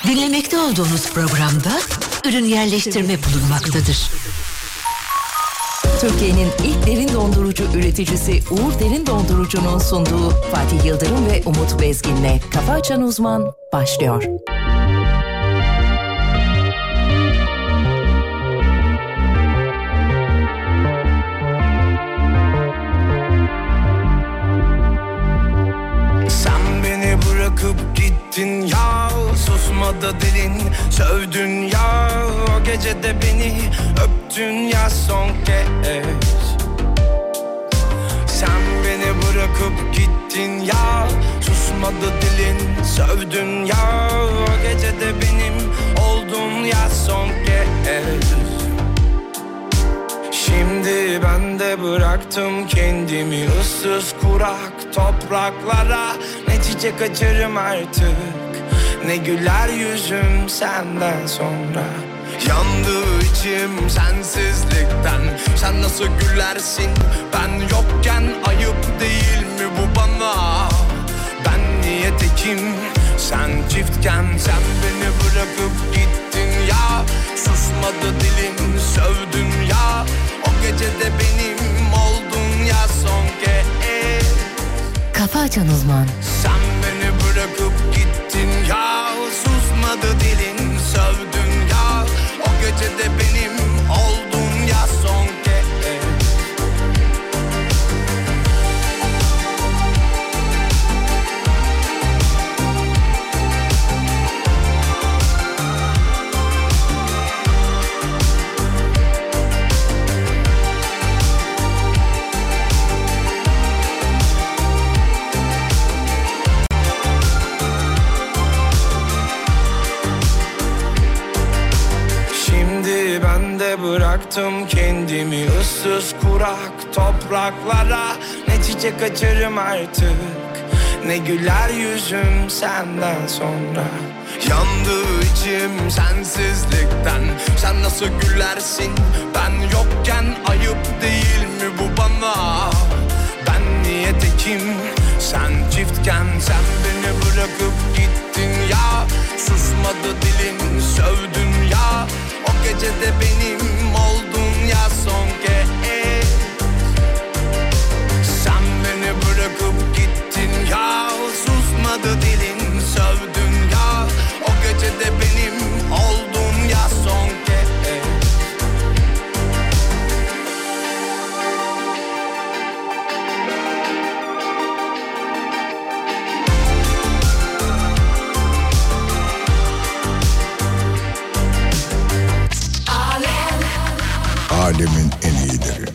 Dinlemekte olduğunuz programda ürün yerleştirme bulunmaktadır. Türkiye'nin ilk derin dondurucu üreticisi Uğur Derin Dondurucu'nun sunduğu Fatih Yıldırım ve Umut Bezgin'le Kafa Açan Uzman başlıyor. Sen beni bırakıp gittin ya, susmadı dilin, sövdün ya. O gece de beni öptün ya son kez. Sen beni bırakıp gittin ya, susmadı dilin, sövdün ya. O gece de benim oldun ya son kez. Şimdi ben de bıraktım kendimi ıssız kurak topraklara. Ne çiçek açarım artık, ne güler yüzüm senden sonra. Yandı içim sensizlikten, sen nasıl gülersin ben yokken? Ayıp değil mi bu bana? Ben niye tekim, sen çiftken? Sen beni bırakıp gittin ya, susmadı dilin, sövdün ya. O gece de benim oldun ya son kez. Kafa Açan Uzman. Sen beni bırakıp gittin ya, susmadı dilin, sövdün ya. O gece de benim oldun ya son kez. Ben de bıraktım kendimi ıssız kurak topraklara. Ne çiçek açarım artık, ne güler yüzüm senden sonra. Yandı içim sensizlikten, sen nasıl gülersin ben yokken? Ayıp değil mi bu bana? Ben niye tekim, sen çiftken? Sen beni bırakıp gittin ya, susmadı dilin, sövdün ya. O gece de benim oldun ya son kez. Sen beni bırakıp gittin ya, susmadı dilin, sövdün ya. O gece de benim oldun ya son kez. Alemin en iyileri.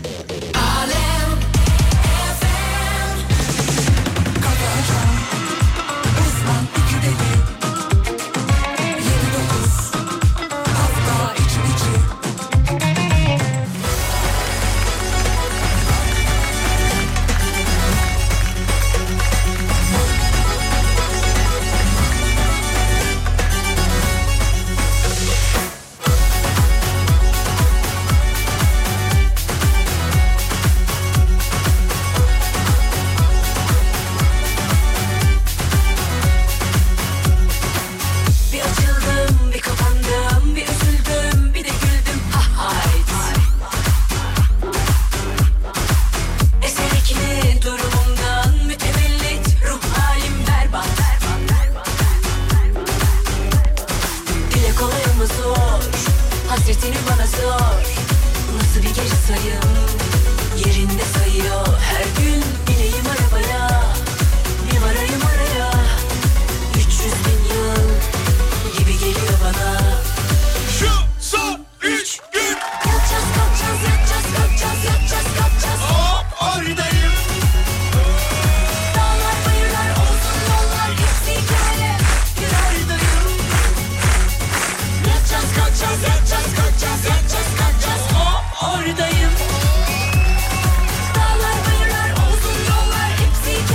Oradayım. Dağlar bayırlar olsun yollar hepsi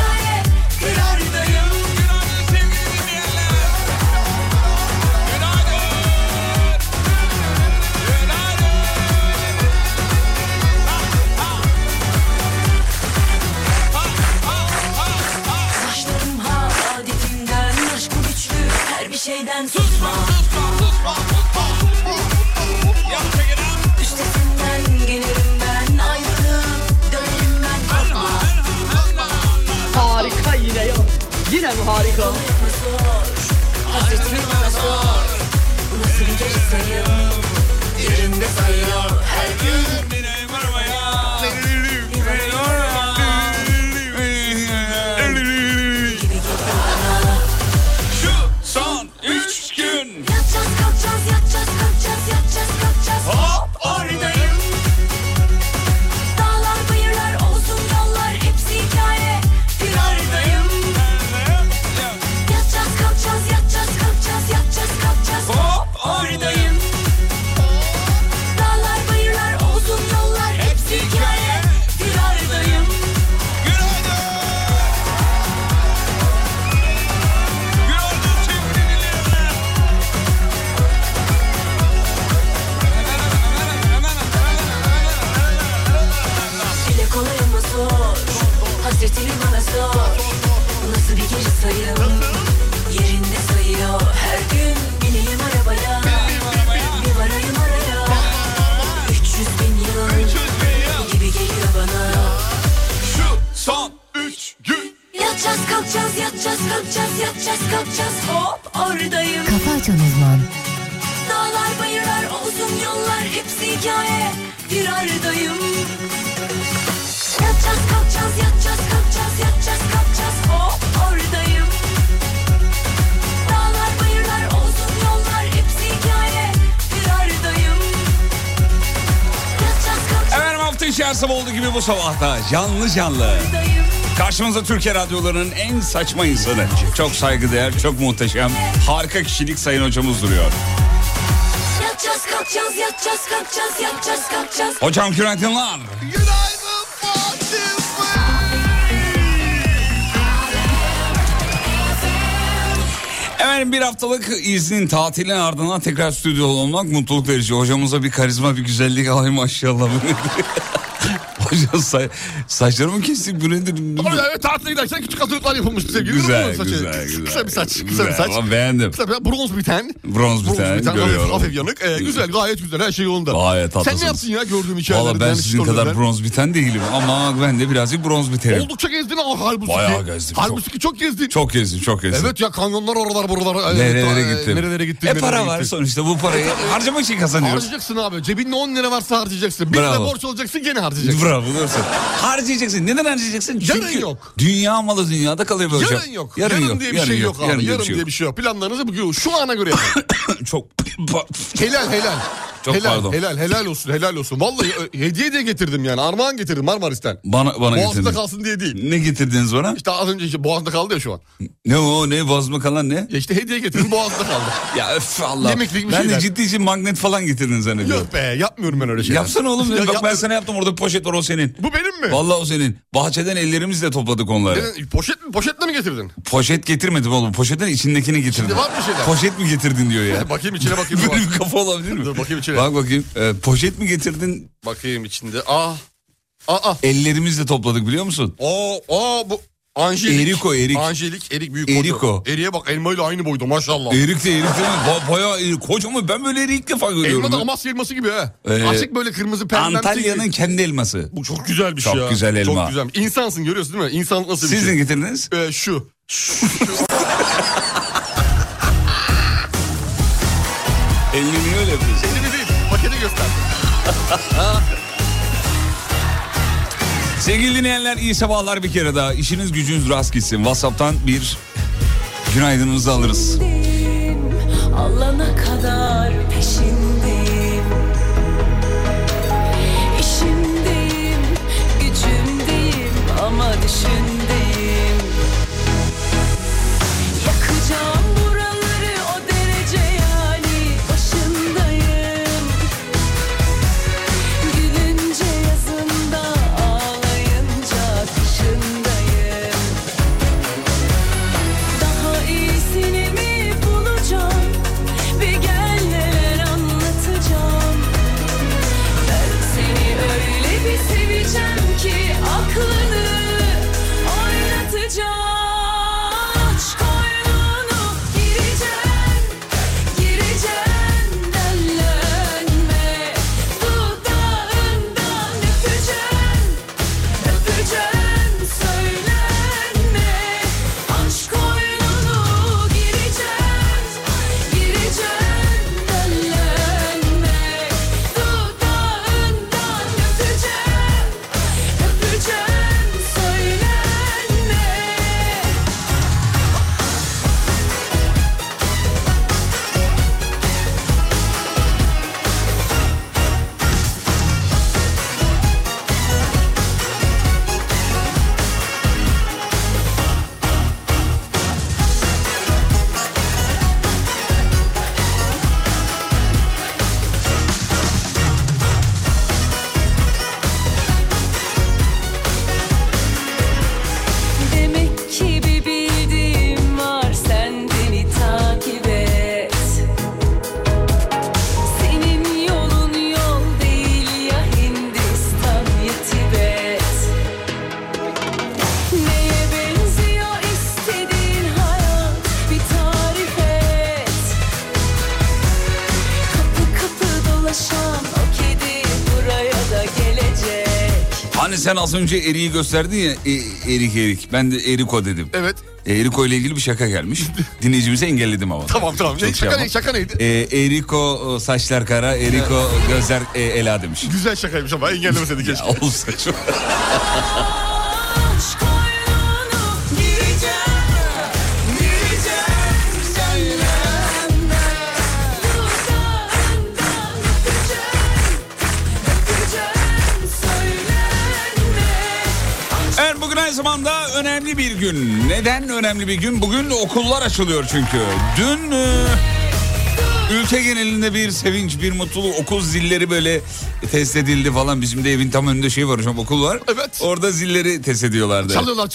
Üstesinden gelirim ben, ayrılıp dönerim ben, korkma. Harika yine ya. Yine mi harika? Hasretini bana sor. Bu nasıl bir gece sayım? Yerinde sayıyor her gün. Şu son 3 gün. Yatacağız kalkacağız, yatacağız kalkacağız, yatacağız kalkacağız. Hop oradayım. Dağlar bayırlar olsun yollar hepsi hikaye. Bir aradayım. Yatacağız kalkacağız, yatacağız kalkacağız, yatacağız kalkacağız. Hop oradayım. Dağlar bayırlar olsun yollar hepsi hikaye. Bir aradayım. Dile kolay ama zor. Hasretini bana sor. Bu nasıl bir gece sayım? Yerinde sayıyor her gün. Bineyim arabaya. Bir varayım araya. 300.000 yıl gibi geliyor bana. Şu son 3 gün. Yatacağız kalkacağız, yatacağız kalkacağız, yatacağız kalkacağız. Hop oradayım. Kafa Açan Uzman. Dağlar bayırlar olsun yollar hepsi hikaye. Bir aradayım. Yatacağız kalkacağız, yatacağız kalkacağız, yatacağız kalkacağız. Hop oradayım. Dağlar bayırlar olsun yollar hepsi hikaye. Bir aradayım. Yatacağız kalkacağız. Efendim hafta içi her sabah olduğu gibi bu sabahta canlı canlı. Karşımızda Türkiye radyolarının en saçma insanı. Çok saygıdeğer, çok muhteşem, harika kişilik sayın hocamız duruyor. Yatacağız kalkacağız, yatacağız kalkacağız, yatacağız kalkacağız. Hocam günaydınlar. Efendim bir haftalık iznin, tatilin ardından tekrar stüdyoda olmak mutluluk verici. Hocamıza bir karizma, bir güzellik. Ay maşallah. Hocam saçlarımı kestik, bu nedir? Evet, tatile giderken küçük hazırlıklar yapılmıştı sevgili. Güzel. Kısa bir saç. Ama beğendim. Kısa bir bronz biten. Görüyorum. Hafif yanık. Güzel, gayet güzel, her şey yolunda. Gayet tatlısınız. Sen ne yaptın ya gördüğüm hikayelerden? Valla ben sizin kadar bronz biten değilim ama ben de birazcık bronz biterim. Oldukça gezdin ama halbuki. Bayağı gezdim. Halbuki çok gezdin. Çok gezdim. Evet ya, kanyonlar oralar buralar. Nerelere gittim. Para var gittin. sonuçta, bu parayı harcamak için kazanıyoruz. Harcayacaksın abi. Cebinde 10 lira varsa harcayacaksın. Bir lira borç alacaksın, gene harcayacaksın. Bravo. Harcayacaksın. Neden harcayacaksın? Çünkü yarın yok. Dünya malı dünyada kalıyor böyle. Yarın yok. Yarın diye bir şey yok abi. Yarın diye bir şey yok. Planlarınızı bugün şu ana göre yapın. Çok helal. Çok pardon. Helal olsun. Vallahi hediye de getirdim yani. Armağan getirdim Marmaris'ten. Bana Boğaz'da getirdin. kalsın diye değil. Ne getirdiniz bana? İşte az önce Boğaz'da kaldı ya şu an. Ne Boğaz'da kalan ne? Ya işte hediye getirdim, Boğaz'da kaldı. Ya öf Allah. Yemeklik bir ben şeyler. de ciddi için magnet falan getirdin zannediyorum. Yok be, yapmıyorum ben öyle şeyler. Yapsana oğlum. Bak ben sana yaptım, orada poşet var, o senin. Bu benim mi? Vallahi o senin. Bahçeden ellerimizle topladık onları. Poşetle mi getirdin? Poşet getirmedim oğlum. Poşetin içindekini getirdim. İçinde var mı şeyler? Poşet mi getirdin diyor ya. Bakayım içine bakayım. Böyle bir kafa olabilir mi? Dur bakayım içine. Bak bakayım. Poşet mi getirdin? Bakayım içinde. Ellerimizle topladık, biliyor musun? Bu Angelik. Erik. Angelik büyük Eriko. Eriğe bak, elmayla aynı boyda maşallah. Erik değil mi? Bayağı iri. Kocaman, ben böyle eriği ilk defa görüyorum. Elma da Amasya elması gibi ha. Açık böyle kırmızı pembemsi. Antalya'nın kendi elması. Bu çok güzel bir şey ya. Çok güzel elma. Çok güzel. İnsansın, görüyorsun değil mi? İnsan nasıl bir şey? Siz ne getirdiniz? Şu. Elini niye öyle yapıyorsun? Elini değil, paketi göster. Sevgili dinleyenler, iyi sabahlar bir kere daha. İşiniz gücünüz rast gitsin. WhatsApp'tan bir günaydınınızı alırız. Alana kadar peşindeyim. İşimdeyim, gücümdeyim ama düşündeyim. Yakacağım buraları o derece, yani başındayım. Gülünce yazında, ağlayınca kışındayım. Daha iyisini mi Hani sen az önce Erik'i gösterdin ya, Erik. Ben de Eriko dedim. Evet. Eriko ile ilgili bir şaka gelmiş. Dinleyicimizi engelledim ama. Tamam. Şaka neydi? Eriko saçlar kara, Eriko gözler ela demiş. Güzel şakaymış ama engellemeseydi keşke. Olsa çok. Evet, bugün aynı zamanda önemli bir gün. Neden önemli bir gün? Bugün okullar açılıyor çünkü. Dün ülke genelinde bir sevinç, bir mutluluk. Okul zilleri böyle test edildi falan. Bizim de evin tam önünde şey var hocam, okul var. Evet. Orada zilleri test ediyorlardı. Çalıyorlar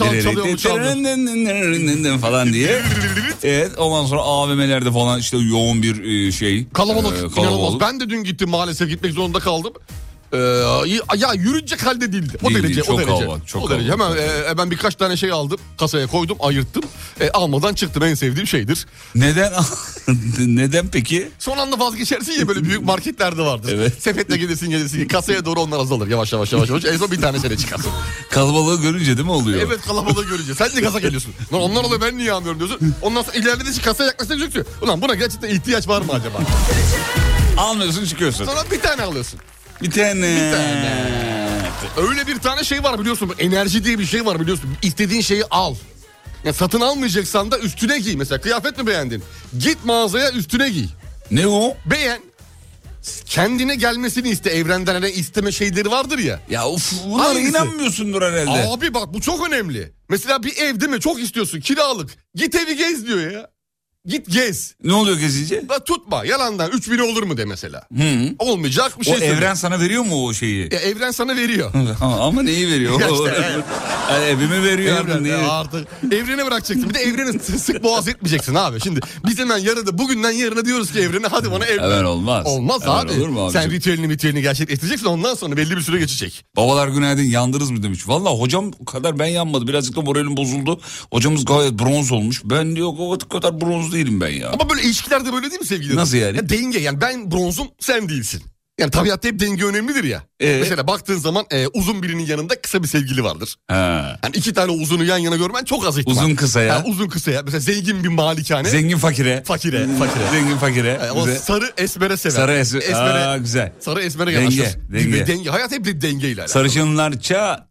falan diye. Evet, ondan sonra AVM'lerde falan işte yoğun bir şey. Kalabalık. İnanılmaz. Ben de dün gittim, maalesef gitmek zorunda kaldım. Ya yürüyecek halde değildi. O derece. Çok derece. Hemen birkaç tane şey aldım. Kasaya koydum, ayırttım. Almadan çıktım, en sevdiğim şeydir. Neden? Neden peki? Son anda vazgeçersin ya, böyle büyük marketlerde vardır. Evet. Sepetle gelirsin. Kasaya doğru onlar azalır. Yavaş. En son bir tanesine çıkarsın. Kalabalığı görünce değil mi oluyor? Evet, kalabalığı görünce. Sen de gaza geliyorsun. Lan onlar oluyor, ben niye anlıyorum diyorsun. Ondan sonra ileride kasaya yaklaşacaksın. Ulan buna gerçekten ihtiyaç var mı acaba? Almıyorsun, çıkıyorsun. Sonra bir tane alıyorsun. Bir tane. Öyle bir tane şey var biliyorsun. Enerji diye bir şey var biliyorsun. İstediğin şeyi al. Ya satın almayacaksan da üstüne giy. Mesela kıyafet mi beğendin? Git mağazaya, üstüne giy. Ne o? Beğen. Kendine gelmesini iste. Evrenden hani isteme şeyleri vardır ya. Ya bunlara inanmıyorsundur herhalde. Abi bak, bu çok önemli. Mesela bir ev değil mi? Çok istiyorsun, kiralık. Git evi gez diyor ya. Git gez. Ne oluyor gezince? Tutma yalandan 3000 olur mu de mesela. Olmayacak bir şey. O evren söyle. Sana veriyor mu o şeyi? Evren sana veriyor. Ama neyi veriyor? Yani evimi veriyor artık. Evrene bırakacaksın. Bir de evreni sık boğaz etmeyeceksin abi. Şimdi biz hemen bugünden yarına diyoruz ki evrene, hadi bana evren. Hemen olmaz. Olmaz hemen abi. Olur mu sen ritüelini gerçekleştireceksin, ondan sonra belli bir süre geçecek. Babalar günaydın, yandınız mı demiş. Valla hocam kadar ben yanmadım. Birazcık da moralim bozuldu. Hocamız gayet bronz olmuş. Ben diyor o kadar bronz değilim ben ya. Ama böyle ilişkilerde böyle değil mi sevgili? Nasıl yani? Ya denge, yani ben bronzum, sen değilsin. Yani tabiatta hep denge önemlidir ya. Mesela baktığın zaman uzun birinin yanında kısa bir sevgili vardır. Yani iki tane uzunu yan yana görmen çok az ihtimal. Uzun kısaya. Uzun kısaya. Mesela zengin bir malikane. Zengin fakire. Fakire. Zengin fakire. O sarı esmere sever. Sarı esmere. Güzel. Sarı esmere yanaşır. Denge. Hayat hep bir dengeyle alakalı. Sarışınlar çat.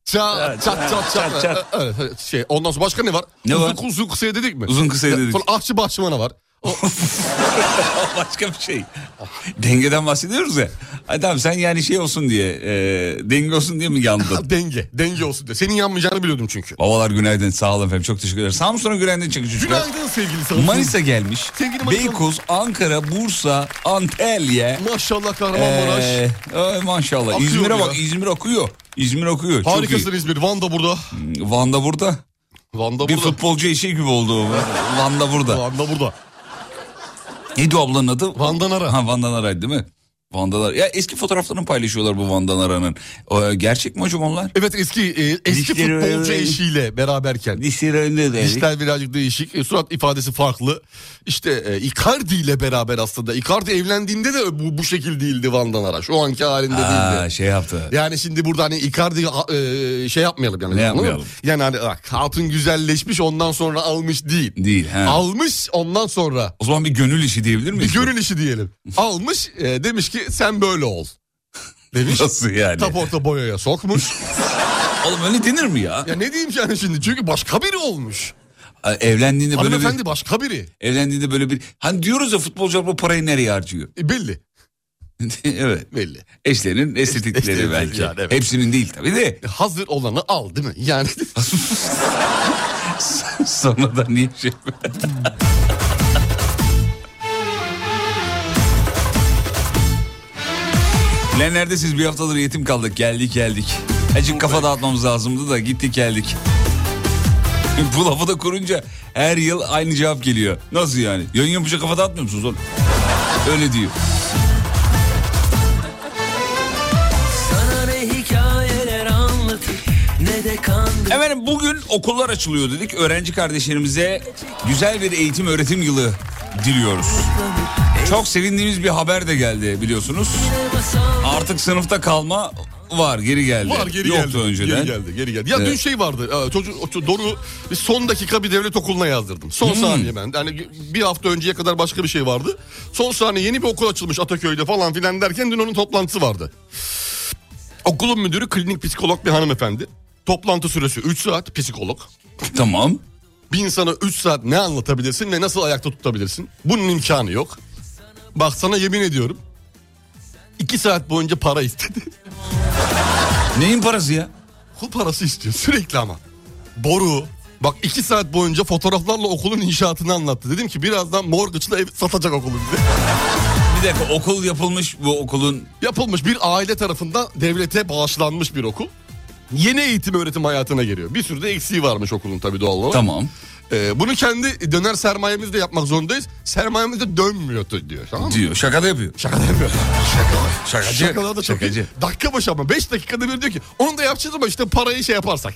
Ondan sonra başka ne var? Var? Uzun kısaya dedik mi? Uzun kısaya dedik. Sonra ahçı bahçıvana var. Başka bir şey. Dengeden bahsediyoruz ya. Hadi abi sen yani şey olsun diye, denge olsun diye mi yandın? Denge olsun diye. Senin yanmayacağını biliyordum çünkü. Babalar günaydın, sağ olun efendim, çok teşekkür ederim. Samsun'a günaydın çocuklar. Günaydın sevgili Samsun. Manisa gelmiş. Beykoz, Ankara, Bursa, Antalya. Maşallah Kahramanmaraş. Maşallah. Akıyor İzmir'e ya. bak, İzmir akıyor. Harikasın İzmir. Van da burada. Van'da burada. Bir futbolcu eşi gibi oldu. Van'da burada. Neydi o ablanın adı? Van'dan Ara. Van'dan Ara'ydı değil mi? Van'dan Ara. Ya eski fotoğraflarını paylaşıyorlar bu Van'dan Ara'nın. Gerçek mi hocam onlar? Evet, eski futbolcu eşiyle beraberken. Dişler birazcık değişik. Surat ifadesi farklı. İşte Icardi ile beraber aslında. Icardi evlendiğinde de bu şekil değildi Van'dan Ara. Şu anki halinde değildi. Şey yaptı. Yani şimdi burada hani Icardi şey yapmayalım yani. Ne yapmayalım? Yani hani hatun güzelleşmiş, ondan sonra almış değil. Değil. Almış, ondan sonra. O zaman bir gönül işi diyebilir miyiz? Bir gönül işi diyelim. Almış, demiş ki sen böyle ol. Demiş. Nasıl yani? Taporta boyaya sokmuş. Oğlum öyle denir mi ya? Ya ne diyeyim yani şimdi, çünkü başka biri olmuş. Evlendiğinde böyle hanımefendi başka biri. Evlendiğinde böyle bir, hani diyoruz ya futbolcular bu parayı nereye harcıyor? Belli. Evet. Belli. Eşlerinin estetikleri belki. Yani, evet. Hepsinin değil tabii de. Hazır olanı al değil mi? Yani. Sonra da niye şey? Lan neredesiniz? Bir haftadır yetim kaldık. Geldik. Azıcık kafa dağıtmamız lazımdı da gittik geldik. Bu lafı da kurunca her yıl aynı cevap geliyor. Nasıl yani? Yayın yapınca kafa dağıtmıyor musunuz oğlum? Öyle diyor. Efendim bugün okullar açılıyor dedik. Öğrenci kardeşlerimize güzel bir eğitim öğretim yılı diliyoruz. Çok sevindiğimiz bir haber de geldi biliyorsunuz. Artık sınıfta kalma var, geri geldi. Var, geri Yoktu geldi. önceden. Geri geldi. Ya dün şey vardı. Doru son dakika bir devlet okuluna yazdırdım. Son saniye ben. Yani bir hafta önceye kadar başka bir şey vardı. Son saniye yeni bir okul açılmış Ataköy'de falan filan derken dün onun toplantısı vardı. Okulun müdürü klinik psikolog bir hanımefendi. Toplantı süresi 3 saat, psikolog. Tamam. Bir insana 3 saat ne anlatabilirsin ve nasıl ayakta tutabilirsin? Bunun imkanı yok. Bak sana yemin ediyorum. 2 saat boyunca para istedi. Neyin parası ya? Okul parası istiyor sürekli ama. Boru. Bak 2 saat boyunca fotoğraflarla okulun inşaatını anlattı. Dedim ki birazdan mortgage'la ev satacak okulu bize. Bir dakika, okul yapılmış, bu okulun... Yapılmış, bir aile tarafından devlete bağışlanmış bir okul. Yeni eğitim öğretim hayatına giriyor. Bir sürü de eksiği varmış okulun tabii doğal olarak. Tamam. Bunu kendi döner sermayemizde yapmak zorundayız. Sermayemizde dönmüyor diyor, tamam mı? Diyor, şaka da yapıyor. Şaka da yapıyor. Şakacı. Şakalar da çok Şakacı. iyi. Dakika başı ama 5 dakikada bir diyor ki onu da yapacağız ama işte parayı şey yaparsak.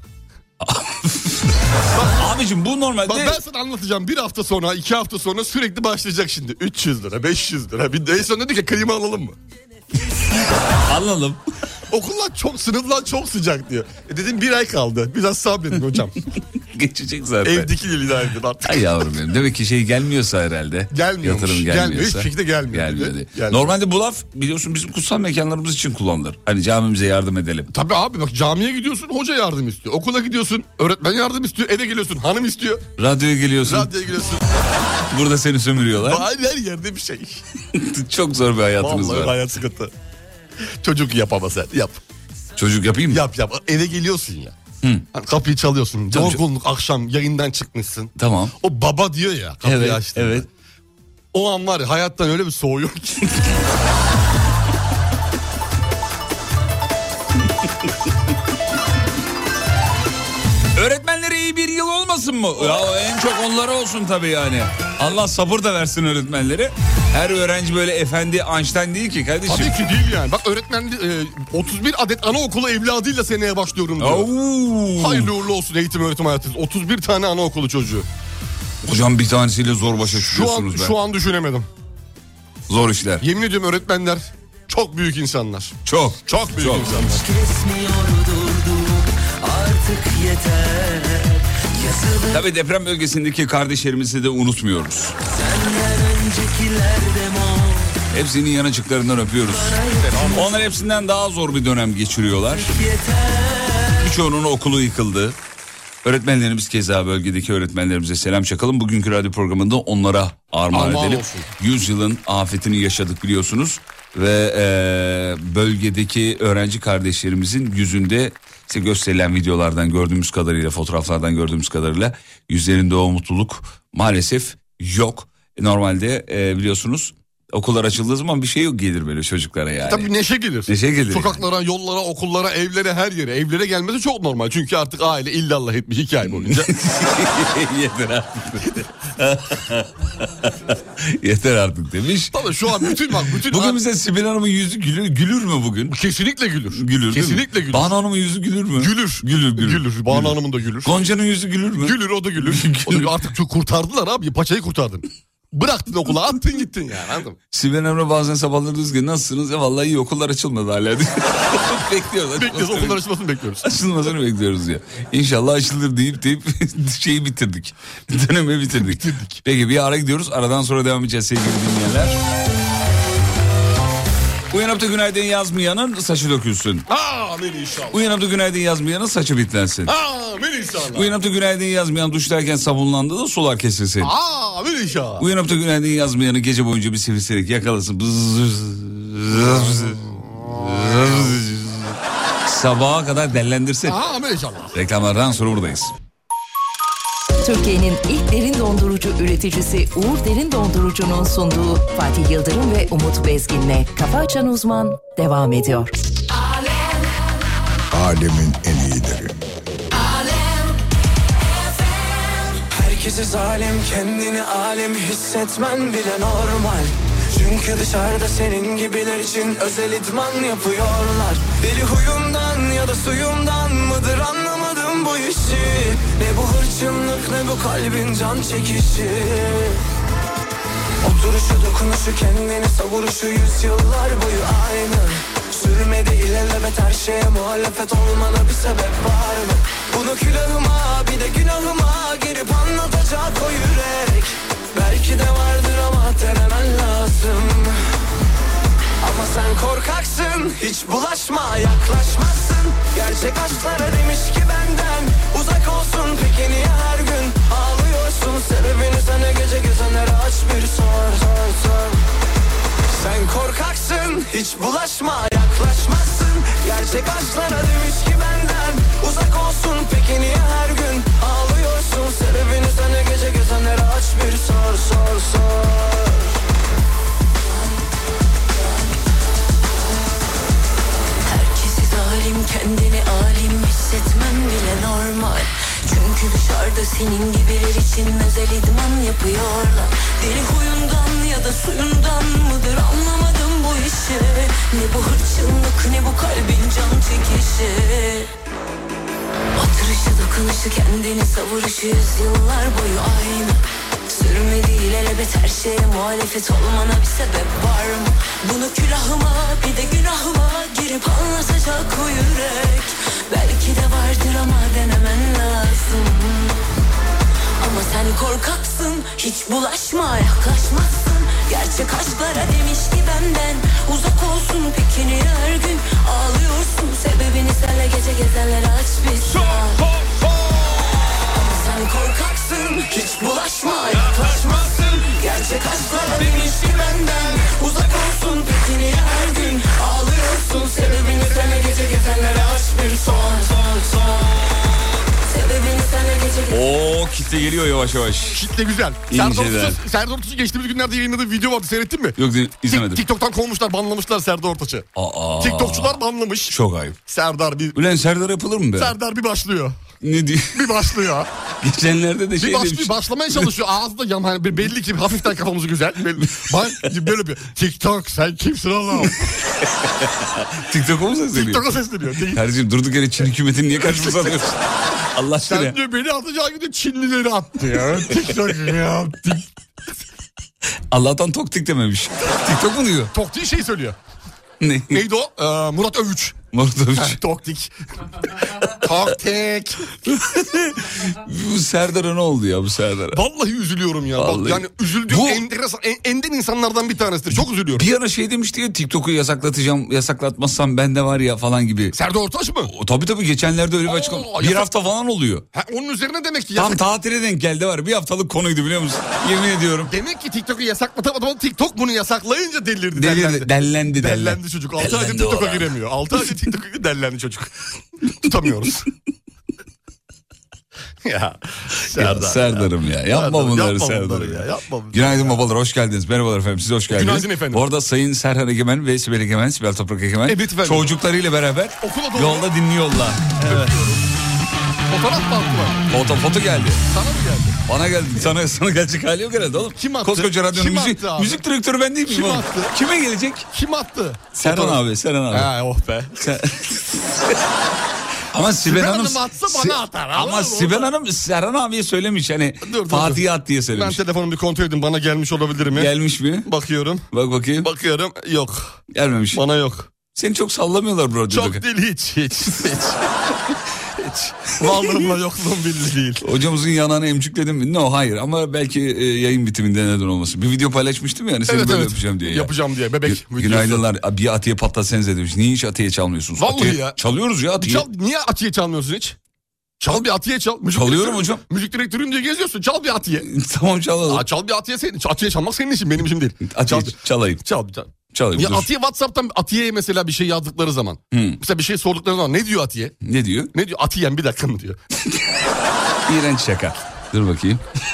Abicim bu normalde... Bak ben sana anlatacağım, bir hafta sonra 2 hafta sonra sürekli başlayacak şimdi. 300 lira 500 lira. Bir de sonra diyor ki klima alalım mı? Alalım. Okullar çok, sınıflar çok sıcak diyor. Dedim 1 ay kaldı. Biraz sabredin hocam. Geçecek zaten. Evdeki idare edin artık. Ay yavrum benim. Demek ki şey gelmiyorsa herhalde. Gelmiyormuş. Yatırım gelmiyorsa. Hiçbir şekilde gelmiyor. Gelmiyor. Gelmiyor. Normalde bu laf biliyorsun bizim kutsal mekanlarımız için kullanılır. Hani camimize yardım edelim. Tabii abi bak, camiye gidiyorsun hoca yardım istiyor. Okula gidiyorsun öğretmen yardım istiyor. Eve geliyorsun hanım istiyor. Radyoya geliyorsun. Radyoya geliyorsun. Burada seni sömürüyorlar. Her yerde bir şey. Çok zor bir hayatımız Vallahi var. hayat sıkıntı. Çocuk yap ama sen yap. Çocuk yapayım mı? Yap. Eve geliyorsun ya. Hani kapıyı çalıyorsun. Yorgunluk, akşam yayından çıkmışsın. Tamam. O baba diyor ya kapıyı açtığında. Evet. O an var ya hayattan öyle bir soğuyor ki. Öğretmenlere iyi bir yıl olmasın mı? Ya en çok onlara olsun tabii yani. Allah sabır da versin öğretmenlere. Her öğrenci böyle efendi Einstein değil ki kardeşim. Tabii ki değil yani. Bak öğretmen 31 adet anaokulu evladıyla seneye başlıyorum diyor. Hayırlı uğurlu olsun eğitim öğretim hayatınız. 31 tane anaokulu çocuğu. Hocam bir tanesiyle zor başa çıkıyorsunuz be. Şu an düşünemedim. Zor işler. Yemin ediyorum öğretmenler çok büyük insanlar. Çok büyük insanlar. Artık yeter. Tabii deprem bölgesindeki kardeşlerimizi de unutmuyoruz. Hepsinin yanıcıklarından öpüyoruz. Onlar hepsinden daha zor bir dönem geçiriyorlar. Birçoğunun okulu yıkıldı. Öğretmenlerimiz keza, bölgedeki öğretmenlerimize selam çakalım. Bugünkü radyo programında onlara armağan edelim. Olsun. 100 yılın afetini yaşadık biliyorsunuz. Ve bölgedeki öğrenci kardeşlerimizin yüzünde size gösterilen videolardan gördüğümüz kadarıyla, fotoğraflardan gördüğümüz kadarıyla yüzlerinde o mutluluk maalesef yok. Normalde biliyorsunuz okullar açıldığı zaman bir şey yok, gelir böyle çocuklara yani. Tabii neşe gelir. Neşe gelir. Sokaklara, yani yollara, okullara, evlere, her yere. Evlere gelmesi çok normal. Çünkü artık aile illallah etmiş 2 ay boyunca. Yeter artık. Yeter artık demiş. Tabii şu an bütün bugün bize Sibel Hanım'ın yüzü gülür mü bugün? Kesinlikle gülür. Gülür. Kesinlikle gülür. Banu Hanım'ın yüzü gülür mü? Gülür. Banu Hanım'ın da gülür. Gonca'nın yüzü gülür mü? Gülür, o da gülür. O da artık çok kurtardılar abi. Paçayı kurtardın. Bıraktın okula, attın gittin yani, anladın mı? Sibel Hanım'a bazen sabahları diyoruz ki nasılsınız? Vallahi iyi, okullar açılmadı hala. Bekliyoruz. Okullar açılmasını bekliyoruz. Açılmasını bekliyoruz ya. İnşallah açılır deyip şeyi bitirdik. Dönemi bitirdik. Peki bir ara gidiyoruz. Aradan sonra devam edeceğiz sevgili dinleyenler. Uyanıp da günaydın yazmayanın saçı dökülsün. Amin inşallah. Uyanıp da günaydın yazmayanın saçı bitlensin. Amin inşallah. Uyanıp da günaydın yazmayan duşlarken sabunlandığı da sular kesilsin. Amin inşallah. Uyanıp da günaydın yazmayanı gece boyunca bir sivrisinek yakalasın. Sabaha kadar dellendirsin. Amin inşallah. Reklamlardan sonra buradayız. Türkiye'nin ilk derin dondurucu üreticisi Uğur Derin Dondurucu'nun sunduğu Fatih Yıldırım ve Umut Bezgin'le Kafa Açan Uzman devam ediyor. Alemin en iyileri. Herkese zalim, kendini alem hissetmen bile normal. Çünkü dışarıda senin gibiler için özel idman yapıyorlar. Deli huyumdan ya da suyumdan mıdır anlamadım bu işi. Ne bu hırçınlık ne bu kalbin can çekişi. Oturuşu dokunuşu kendini savuruşu yüzyıllar boyu aynı. Sürmedi ilelebet her şeye muhalefet olmana bir sebep var mı? Bunu külahıma bir de günahıma girip anlatacak o yürek. Belki de vardır ama denemen lazım. Ama sen korkaksın, hiç bulaşma, yaklaşmazsın. Gerçek aşklara demiş ki benden uzak olsun. Peki niye her gün ağlıyorsun? Sebebini sana gece gezenlere aç bir sor. Sen korkaksın, hiç bulaşma, yaklaşmazsın. Gerçek aşklara demiş ki benden uzak olsun. Peki niye her gün ağlıyorsun? Sebebini sana gece gezenlere aç bir sor. Kendini alim hissetmen bile normal. Çünkü dışarıda senin gibiler için özel idman yapıyorlar. Deli huyundan ya da suyundan mıdır anlamadım bu işi. Ne bu hırçınlık ne bu kalbin can çekişi. Oturuşu dokunuşu kendini savuruşu yüzyıllar boyu aynı. Sürmedi ilelebet her şeye muhalefet olmana bir sebep var mı? Bunu külahıma bir de günahıma girip anlatacak o yürek. Belki de vardır ama denemen lazım. Ama sen korkaksın, hiç bulaşma, yaklaşmazsın. Gerçek aşklara demiş ki benden uzak olsun. Peki niye her gün ağlıyorsun? Sebebini senle gece gezenlere aç bir sor. Sen korkaksın, hiç bulaşma, yaklaşmazsın. Gerçek aşklara demiş ki benden uzak olsun. Peki niye her gün ağlıyorsun? Sebebini sana gece gezenlere aç bir sor. Sebebini sana gece gezenlere... Oo, kitle geliyor yavaş yavaş. Kitle güzel. Serdar Ortaç'ı geçtiğimiz günlerde yayınladığı bir video vardı, seyrettin mi? Yok, izlemedim. TikTok'tan kovmuşlar, banlamışlar Serdar Ortaç'ı. TikTokçular banlamış. Çok ayıp. Ulan Serdar yapılır mı be? Serdar bir başlıyor. Ne diyor? Bir başlıyor. Geçenlerde de demiş. Başlamaya çalışıyor. Ağzında yam, hani belli ki hafiften kafamız güzel. Böyle bir TikTok sen kimsin oğlum? TikTok'a mı sesleniyor? TikTok'a sesleniyor. Kardeşim durduk yere Çin hükümetini niye karşımıza alıyorsun? Allah aşkına. Sen diyor beni atacağı gibi Çinlileri attı ya. TikTok ya. Allah'tan Toktik dememiş. TikTok mu diyor? Toktik şey söylüyor. Ne? Neydi o? Murat Övüç. Toktik. Toktik. Bu Serdar'a ne oldu ya bu Serdar'a? Vallahi üzülüyorum ya. Vallahi. Yani üzüldüğüm enden insanlardan bir tanesidir. Çok üzülüyorum. Bir ara şey demişti ya, TikTok'u yasaklatmazsam bende var ya falan gibi. Serdar Ortaç mı? Tabii geçenlerde öyle bir açıklama. Bir hafta falan oluyor. Onun üzerine demek ki tam tatile denk geldi var. Bir haftalık konuydu biliyor musun? Yemin ediyorum. Demek ki TikTok'u yasaklatamadı. TikTok bunu yasaklayınca delirdi. Dellendi çocuk. 6 aydır TikTok'a giremiyor. 6 aydır TikTok'a dellendi çocuk. Tutamıyoruz. Ya Serdar'ım ya. Yapma bunları Serdar'ım. Günaydın babalar, hoş geldiniz. Merhabalar efendim, siz hoş geldiniz. Günaydın efendim. Bu arada Sayın Serhan Egemen ve Sibel Egemen, Sibel Toprak Egemen. Evet efendim. Çocuklarıyla beraber yolda dinliyorlar. Evet. Fotoğraf mı attılar? Foto geldi. Sana mı geldi? Bana geldi. Sana gelecek hali yok herhalde oğlum. Kim attı? Koskoca radyonun müzik direktörü ben değil miyim? Kim attı? Kime gelecek? Kim attı? Serhan abi. Oh be. Ama Sibel Hanım atsa bana atar. Ama Sibel Hanım Serhan abiye söylemiş hani Fatih'e at diye söylemiş. Ben telefonumu bir kontrol edeyim, bana gelmiş olabilir mi? Gelmiş mi? Bakıyorum. Bak bakayım. Bakıyorum, yok. Gelmemiş. Bana yok. Seni çok sallamıyorlar bu radyoda. Çok değil hiç. Varlığımla yokluğum belli değil. Hocamızın yanağını emcükledim. No, hayır ama belki yayın bitiminde neden olmasın. Bir video paylaşmıştım ya hani seni böyle yapacağım diye. Yapacağım diye bebek. Günaydınlar, bir Atiye patlatsanıza demiş. Niye hiç Atiye çalmıyorsunuz? Vallahi Atiye, ya. Çalıyoruz ya Atiye. Niye Atiye çalmıyorsun hiç? Çal bir Atiye çal. Çalıyorum hocam. Müzik direktörün diye geziyorsun. Çal bir Atiye. Tamam çalalım. Çal bir Atiye senin. Atiye çalmak senin için, benim işim değil. Çalayım. Ya Atiye WhatsApp'tan Atiye'ye mesela bir şey yazdıkları zaman. Mesela bir şey sordukları zaman ne diyor Atiye? Ne diyor? Atiye'm bir dakika mı diyor. İğrenç şaka. Dur bakayım.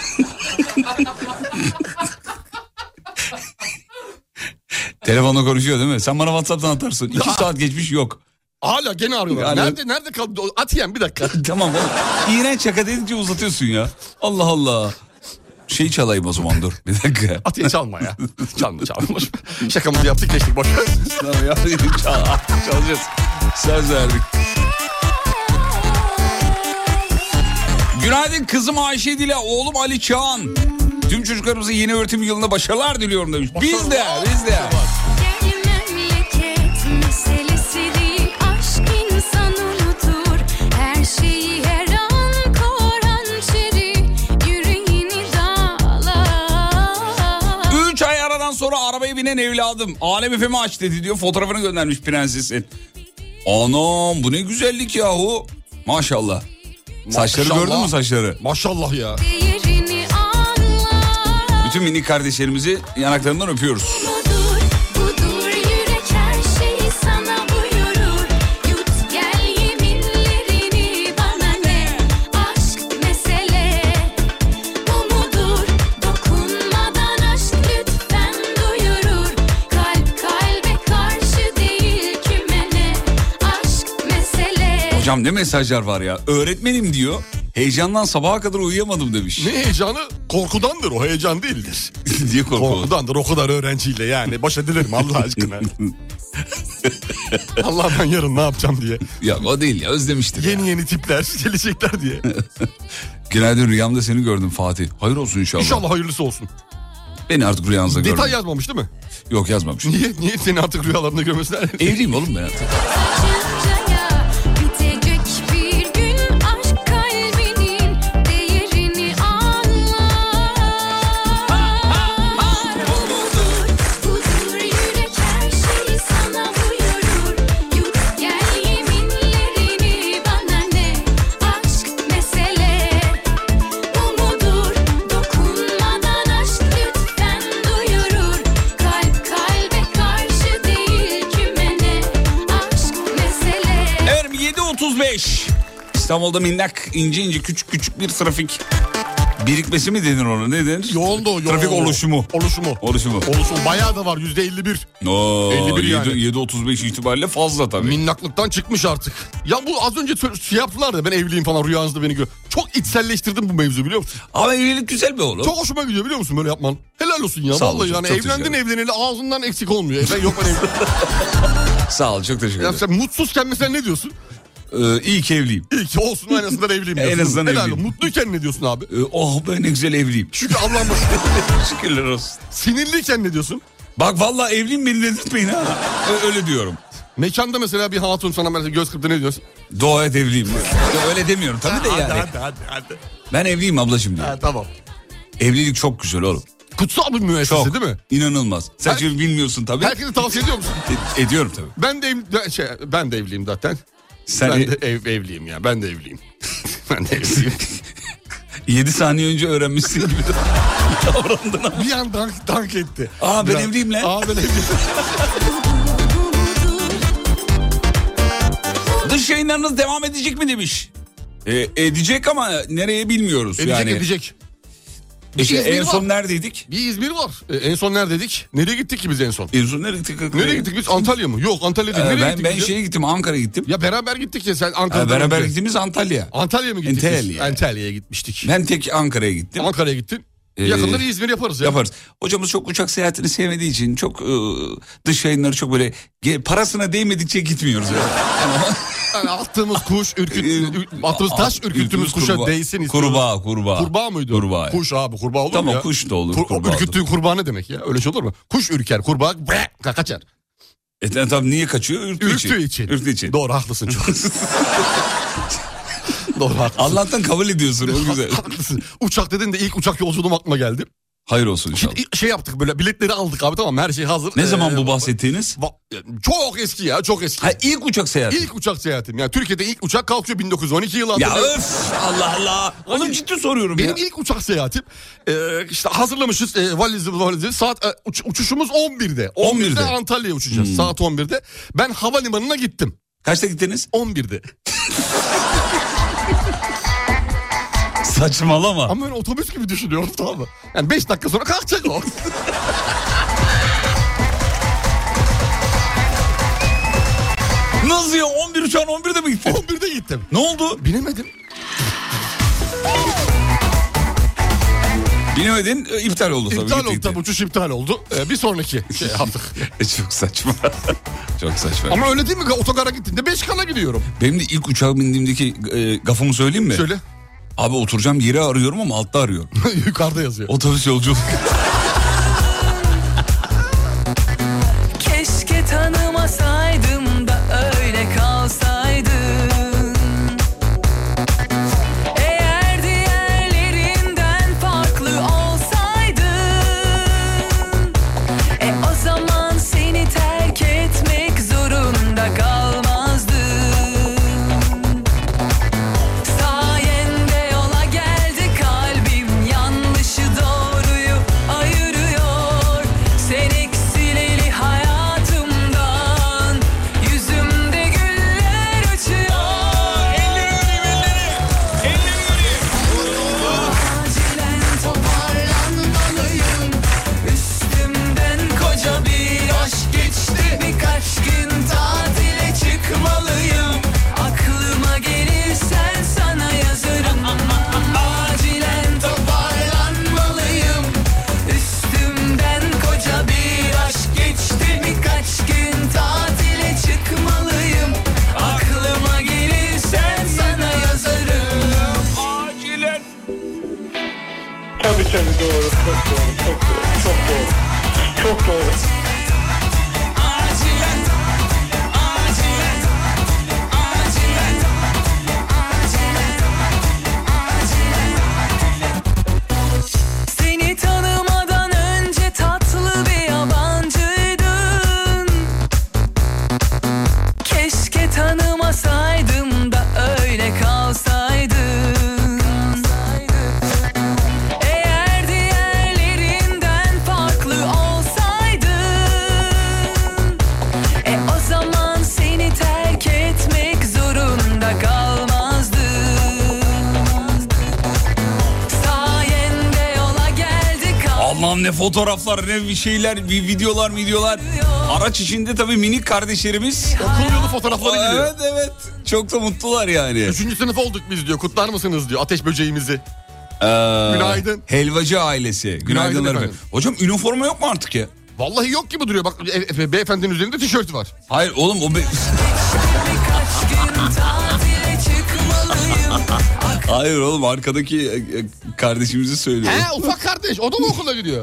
Telefonla konuşuyor değil mi? Sen bana WhatsApp'tan atarsın. 2 saat geçmiş yok. Hala gene arıyorlar. Nerede kaldı? Atiye'm bir dakika. Tamam oğlum. İğrenç şaka dedince uzatıyorsun ya. Allah Allah. Şey çalayım o zaman, dur. Bir dakika. Atiye çalma ya. Çalma. Şakamızı yaptık, geçtik, boş ver. Tamam ya. Çalacağız. Söz verdik. Günaydın kızım Ayşe Dile, oğlum Ali Çağan. Tüm çocuklarımıza yeni öğretim yılında başarılar diliyorum demiş. Biz de. arabaya binen evladım. Alem FM'i aç dedi diyor. Fotoğrafını göndermiş prensesin. Anam bu ne güzellik yahu. Maşallah. Saçları gördün mü saçları? Maşallah ya. Bütün minik kardeşlerimizi yanaklarından öpüyoruz. Hocam ne mesajlar var ya. Öğretmenim diyor. Heyecandan sabaha kadar uyuyamadım demiş. Ne heyecanı? Korkudandır, o heyecan değildir. Diye korkudandır o kadar öğrenciyle yani. Baş edilir mi Allah aşkına? Allah ben yarın ne yapacağım diye. Ya o değil ya, özlemiştir. Yeni tipler gelecekler diye. Günaydın, rüyamda seni gördüm Fatih. Hayır olsun inşallah. İnşallah hayırlısı olsun. Beni artık rüyanızda görmeyin. Detay yazmamış değil mi? Yok yazmamış. Niye seni artık rüyalarında görmesinler? Evliyim oğlum ben artık. İstanbul'da minnak, ince küçük bir trafik birikmesi mi denir ona, ne denir? Yoğun. Trafik oluşumu. Oluşumu. Bayağı da var, %51. 51 yani. 7.35 itibariyle fazla tabii. Minnaklıktan çıkmış artık. Ya bu az önce şey yaptılar da ben evliyim falan, rüyanızda beni gör. Çok içselleştirdim bu mevzu, biliyor musun? Ama evlilik güzel be oğlum. Çok hoşuma gidiyor biliyor musun böyle yapman. Helal olsun ya. Sağ vallahi yani evlendin evleneli ağzından eksik olmuyor. Ben evliyim. Sağ ol, çok teşekkür ederim. Sen mutsuzken mesela ne diyorsun? İyi ki evliyim. İyi ki olsun, en azından evliyim diyorsun. En azından helal evliyim. Mutluyken ne diyorsun abi? Oh ben ne güzel evliyim. Şükür Allah'ım. Şükürler olsun. Sinirliyken ne diyorsun? Bak vallahi evliyim, beni dedirtmeyin ha. Öyle diyorum. Mekanda mesela bir hatun sana mesela göz kırptı, ne diyorsun? Dua et evliyim. Öyle demiyorum tabii de yani. Hadi. Ben evliyim ablacığım diyor. Tamam. Evlilik çok güzel oğlum. Kutsal bir müessese çok, değil mi? İnanılmaz. Sen şimdi bilmiyorsun tabii. Herkese tavsiye ediyor musun? Ediyorum tabii. Ben de evliyim zaten. Sen ben de evliyim ya. Ben de evliyim. Ben de evliyim. 7 saniye önce öğrenmişsin gibi davrandın. Bir an dank etti. Ben evliyim lan. Ben evliyim. Dış yayınlarınız devam edecek mi demiş. Edecek ama nereye bilmiyoruz. Edecek. İşte en son neredeydik? Bir İzmir var. En son neredeydik? Nereye gittik ki biz en son? En son nereye gittik? Nereye gittik biz? Antalya mı? Yok Antalya değil. Nereye gittik ben şeye gittim, Ankara'ya gittim. Ya beraber gittik ya, sen Ankara'dan beraber önce. gittiğimiz Antalya. Antalya mı gittik? Antalya'ya gitmiştik. Ben tek Ankara'ya gittim. Ankara'ya gittin. Yakında İzmir yaparız ya. Yaparız. Hocamız çok uçak seyahatini sevmediği için çok dış yayınları çok böyle parasına değmedikçe gitmiyoruz. Yani attığımız kuş, attığımız taş ürküttüğümüz kuşa değsin istiyoruz. Kurbağa. Kurbağa mıydı? Kurbağa. Kuş abi, kurbağa olur mu ya? Tamam, kuş da olur. Ürküttüğün kurbağa ne demek ya? Öyle şey olur mu? Kuş ürker, kurbağa kaçar. Tabii niye kaçıyor? Ürktüğü için. Doğru, haklısın çok. Doğru, haklısın. Allah'tan kabul ediyorsun, o güzel. Haklısın. Uçak dedin de ilk uçak yolculuğum aklıma geldi. Hayır olsun inşallah. Şey yaptık böyle, biletleri aldık abi, tamam, her şey hazır. Ne zaman bu bahsettiğiniz? Çok eski ya, çok eski. İlk uçak seyahati. İlk uçak seyahatim. Yani Türkiye'de ilk uçak kalkıyor 1912 yılı. Ya öf, Allah Allah. Oğlum ciddi soruyorum benim ilk uçak seyahatim. İşte hazırlamışız valizi. Saat uçuşumuz 11'de. 11'de Antalya'ya uçacağız. Saat 11'de. Ben havalimanına gittim. Kaçta gittiniz? 11'de. Saçmalama. Ama ben otobüs gibi düşünüyorum, tamam mı? Yani 5 dakika sonra kalkacak o. Nasıl ya? 11 uçağın 11'de mi gittin? 11'de gittim. Ne oldu? Binemedim. Binemedin, iptal oldu tabii. İptal oldu tabii, uçuş iptal oldu. Bir sonraki şey yaptık. Çok saçma. Çok saçma. Ama öyle değil mi? Otogara gittiğinde 5 kala gidiyorum. Benim de ilk uçağa bindiğimdeki gafımı söyleyeyim mi? Söyle. Abi oturacağım yeri arıyorum ama altta arıyorum. Yukarıda yazıyor. Otobüs yolculuk. Keşke tanımasaydım da öyle kalsaydım. Eğer diğerlerinden farklı olsaydım. ne fotoğraflar, ne bir şeyler, bir videolar. Araç içinde tabii minik kardeşlerimiz. Okul yolu fotoğrafları gidiyor. Evet. Çok da mutlular yani. 3. sınıf olduk biz diyor. Kutlar mısınız diyor ateş böceğimizi. Günaydın. Helvacı ailesi. Günaydınlar efendim. Hocam üniforma yok mu artık ya? Vallahi yok gibi duruyor. Bak beyefendinin üzerinde tişört var. Hayır oğlum o... Hayır oğlum arkadaki kardeşimizi söylüyor. Ufak kardeş o da mı okula gidiyor?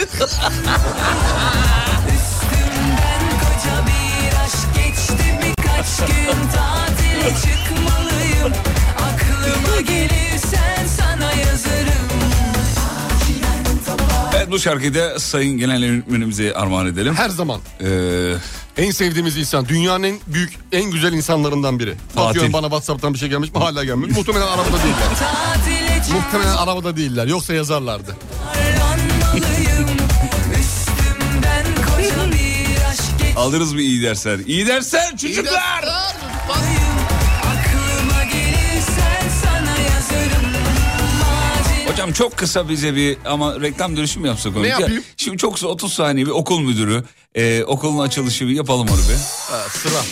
Üstümden koca bir aşk geçti, birkaç gün tatile çıkmalıyım. Aklıma gelirsen sana yazarım. Evet, bu şarkıyı da Sayın Genel Yönetmenimize armağan edelim. Her zaman. En sevdiğimiz insan. Dünyanın en büyük, en güzel insanlarından biri. Bakıyorum bana WhatsApp'tan bir şey gelmiş mi? Hala gelmiyor. Muhtemelen arabada değiller. Muhtemelen arabada değiller. Yoksa yazarlardı. Alırız mı iyi dersler? İyi dersler çocuklar! Hocam çok kısa bize bir ama reklam dönüşü mü yapsak onu? Ne yapayım? Şimdi çok kısa 30 saniye bir okul müdürü, okulun açılışı bir yapalım onu bir. Sıra.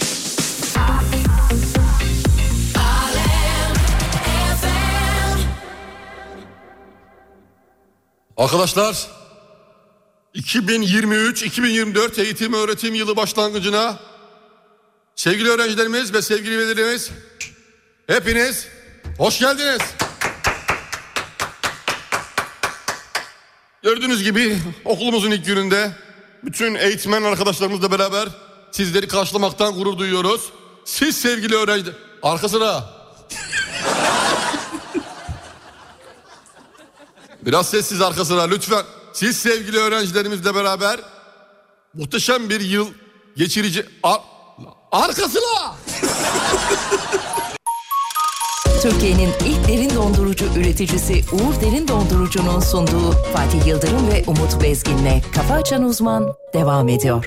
Arkadaşlar 2023-2024 eğitim öğretim yılı başlangıcına sevgili öğrencilerimiz ve sevgili velilerimiz hepiniz hoş geldiniz. Gördüğünüz gibi okulumuzun ilk gününde bütün eğitmen arkadaşlarımızla beraber sizleri karşılamaktan gurur duyuyoruz. Siz sevgili öğrenciler... Arka sıra. Biraz sessiz arka sıra lütfen. Siz sevgili öğrencilerimizle beraber muhteşem bir yıl geçirici... Arka sıra. Türkiye'nin ilk derin dondurucu üreticisi Uğur Derin Dondurucu'nun sunduğu Fatih Yıldırım ve Umut Bezgin'le Kafa Açan Uzman devam ediyor.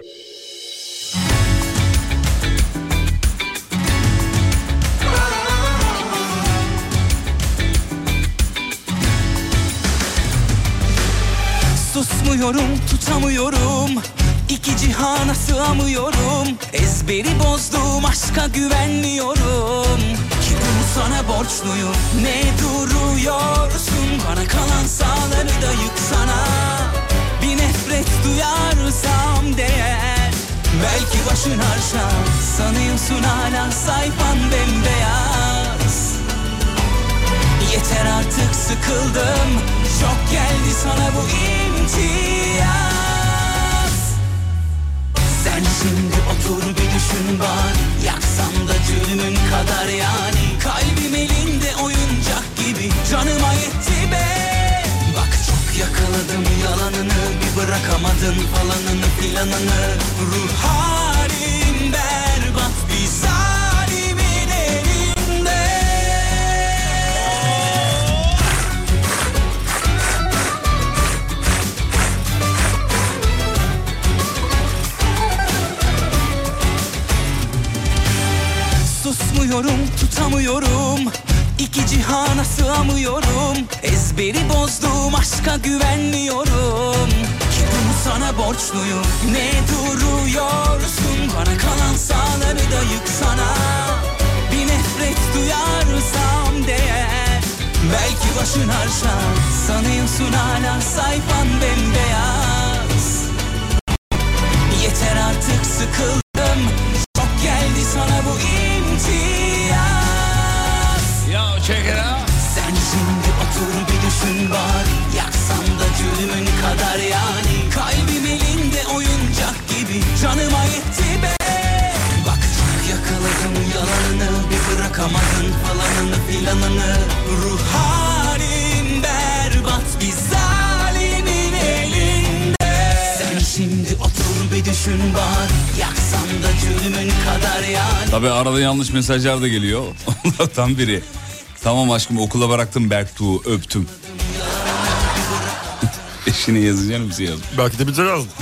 Susmuyorum, tutamıyorum, iki cihana sığamıyorum. Ezberi bozdum, aşka güvenmiyorum. Ki bunu sana borçluyum. Ne duruyorsun, bana kalan sağları da yıksana. Bir nefret duyarsam değer, belki başın harşa. Sanıyorsun hala sayfan bembeyaz. Yeter artık, sıkıldım, çok geldi sana bu imtiyaz. Sen şimdi otur bir düşün bak, yaksam da cülümün kadar yani. Kalbim elinde oyuncak gibi canıma yetti be. Bak çok yakaladım yalanını, bir bırakamadın falanını filanını. Ruh halim berbat, bir zalimin elinde. Susmuyorum, tutamıyorum, iki cihana sığamıyorum. Ezberi bozdum, aşka güvenmiyorum. Ki bunu sana borçluyum. Ne duruyorsun, bana kalan sağları da yıksana. Bir nefret duyarsam değer, belki başın harşa. Sanıyorsun hala sayfan bembeyaz. Yeter artık, sıkıldım, çok geldi sana bu imtiyaz. Ya check it out. Sen şimdi otur bir düşün bak, yaksam da cülümün kadar yani. Kalbim elinde oyuncak gibi canıma yetti be. Bak çok yakaladım yalanını, bir bırakamadın falanını filanını. Ruh halim berbat, bir zalimin elinde. Sen şimdi otur bir düşün bak, yaksam da cülümün kadar yani. Tabii arada yanlış mesajlar da geliyor. Onlardan biri. Tamam aşkım, okula bıraktım Berktuğ'u, öptüm. Eşine yazacağını bize yazmış. Belki de bize yazdı.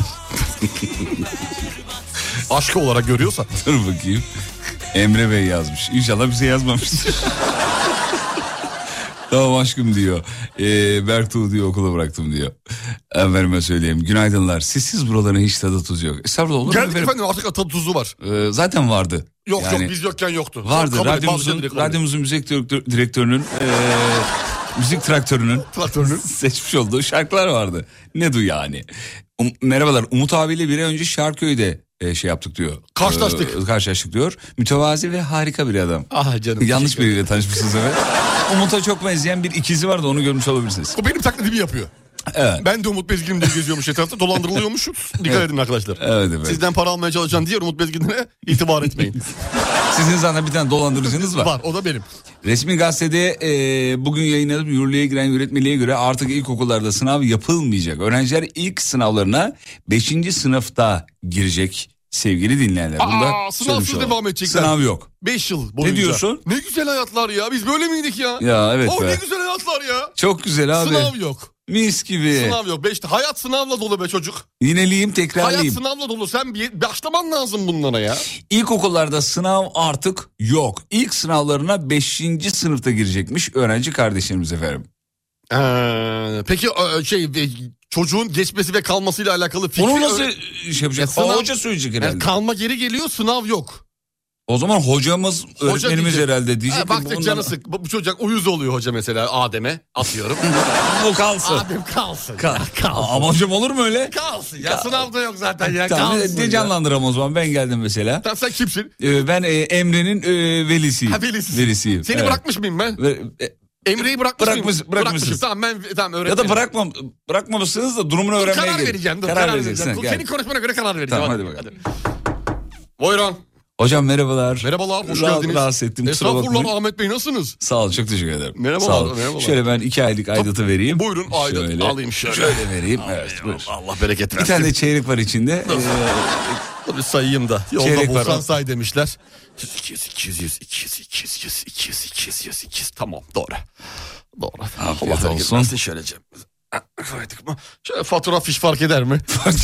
Aşkı olarak görüyorsa. Dur bakayım. Emre Bey yazmış. İnşallah bize yazmamıştır. Tamam aşkım diyor. Berktuğ diyor okula bıraktım diyor. Efendime söyleyeyim. Günaydınlar. Sizsiz buraların hiç tadı tuzu yok. Estağfurullah olur mu Geldik efendim artık tadı tuzu var. Zaten vardı. Yok biz yokken yoktu. Vardı. Radyomuzun müzik direktörünün müzik traktörünün seçmiş olduğu şarkılar vardı. Ne du yani. Merhabalar, Umut abiyle bir ay önce Şarköy'de şey yaptık diyor. Karşılaştık diyor. Mütevazi ve harika bir adam. Ah canım. Yanlış biriyle tanışmışsınız evet. Umut'a çok benzeyen bir ikizi vardı, onu görmüş olabilirsiniz. O benim taklidimi yapıyor. Evet. Ben de Umut Bezgin'im diye geziyormuş etrafta, dolandırılıyormuşuz. Dikkat edin arkadaşlar. Evet. Sizden para almaya çalışan diğer Umut Bezgin'lere itibar etmeyin. Sizin zaten bir tane dolandırıcınız var. Var, o da benim. Resmi gazetede bugün yayınlanıp yürürlüğe giren yönetmeliğe göre artık ilkokullarda sınav yapılmayacak. Öğrenciler ilk sınavlarına 5. sınıfta girecek sevgili dinleyenler. Sınavsız devam edecekler. Sınav yok. 5 yıl boyunca. Ne diyorsun? Ne güzel hayatlar ya, biz böyle miydik ya? Ya evet be. Ne güzel hayatlar ya. Çok güzel abi. Sınav yok. Mis gibi. Sınav yok. Hayat sınavla dolu be çocuk. Yineleyeyim, tekrarlayayım. Hayat sınavla dolu. Sen başlaman lazım bunlara ya. İlkokullarda sınav artık yok. İlk sınavlarına 5. sınıfta girecekmiş öğrenci kardeşlerimiz efendim. Peki çocuğun geçmesi ve kalmasıyla alakalı fikri... Onu nasıl şey yapacak? Hoca söyleyecek herhalde. Yani kalma geri geliyor, sınav yok. O zaman hocamız, öğretmenimiz herhalde diyecek. Bak canı sık. Bu çocuk uyuz oluyor hoca mesela, Adem'e atıyorum. O kalsın. Adem kalsın. Ama hocam olur mu öyle? Kalsın ya, sınavda yok zaten ya. Tamam, kalsın canlandıralım o zaman, ben geldim mesela. Tamam, sen kimsin? Ben Emre'nin velisiyim. Velisiyim. Seni bırakmış mıyım ben? Emre'yi bırakmışım. Tamam öğretmenim. Ya da bırakmamışsınız da durumunu öğrenmeye Karar vereceğim. Karar vereceğim. Senin konuşmana göre karar vereceğim. Tamam hadi bakalım. Buyurun. Hocam merhabalar. Merhabalar, hoş geldiniz. Rahatsız ettim, kusura bakmayın. Estağfurullah Ahmet Bey, nasılsınız? Sağ olun, çok teşekkür ederim. Merhabalar. Şöyle ben 2 aylık aidatı vereyim. Buyurun, aidat alayım şöyle. Şöyle vereyim. Evet, buyur. Allah bereket versin. Bir tane de çeyrek var içinde. Tabii sayayım da. Yolda Çeyrek bulsan var. say demişler. 200. Tamam, doğru. Afiyet olsun. Şöyle fatura fiş fark eder mi?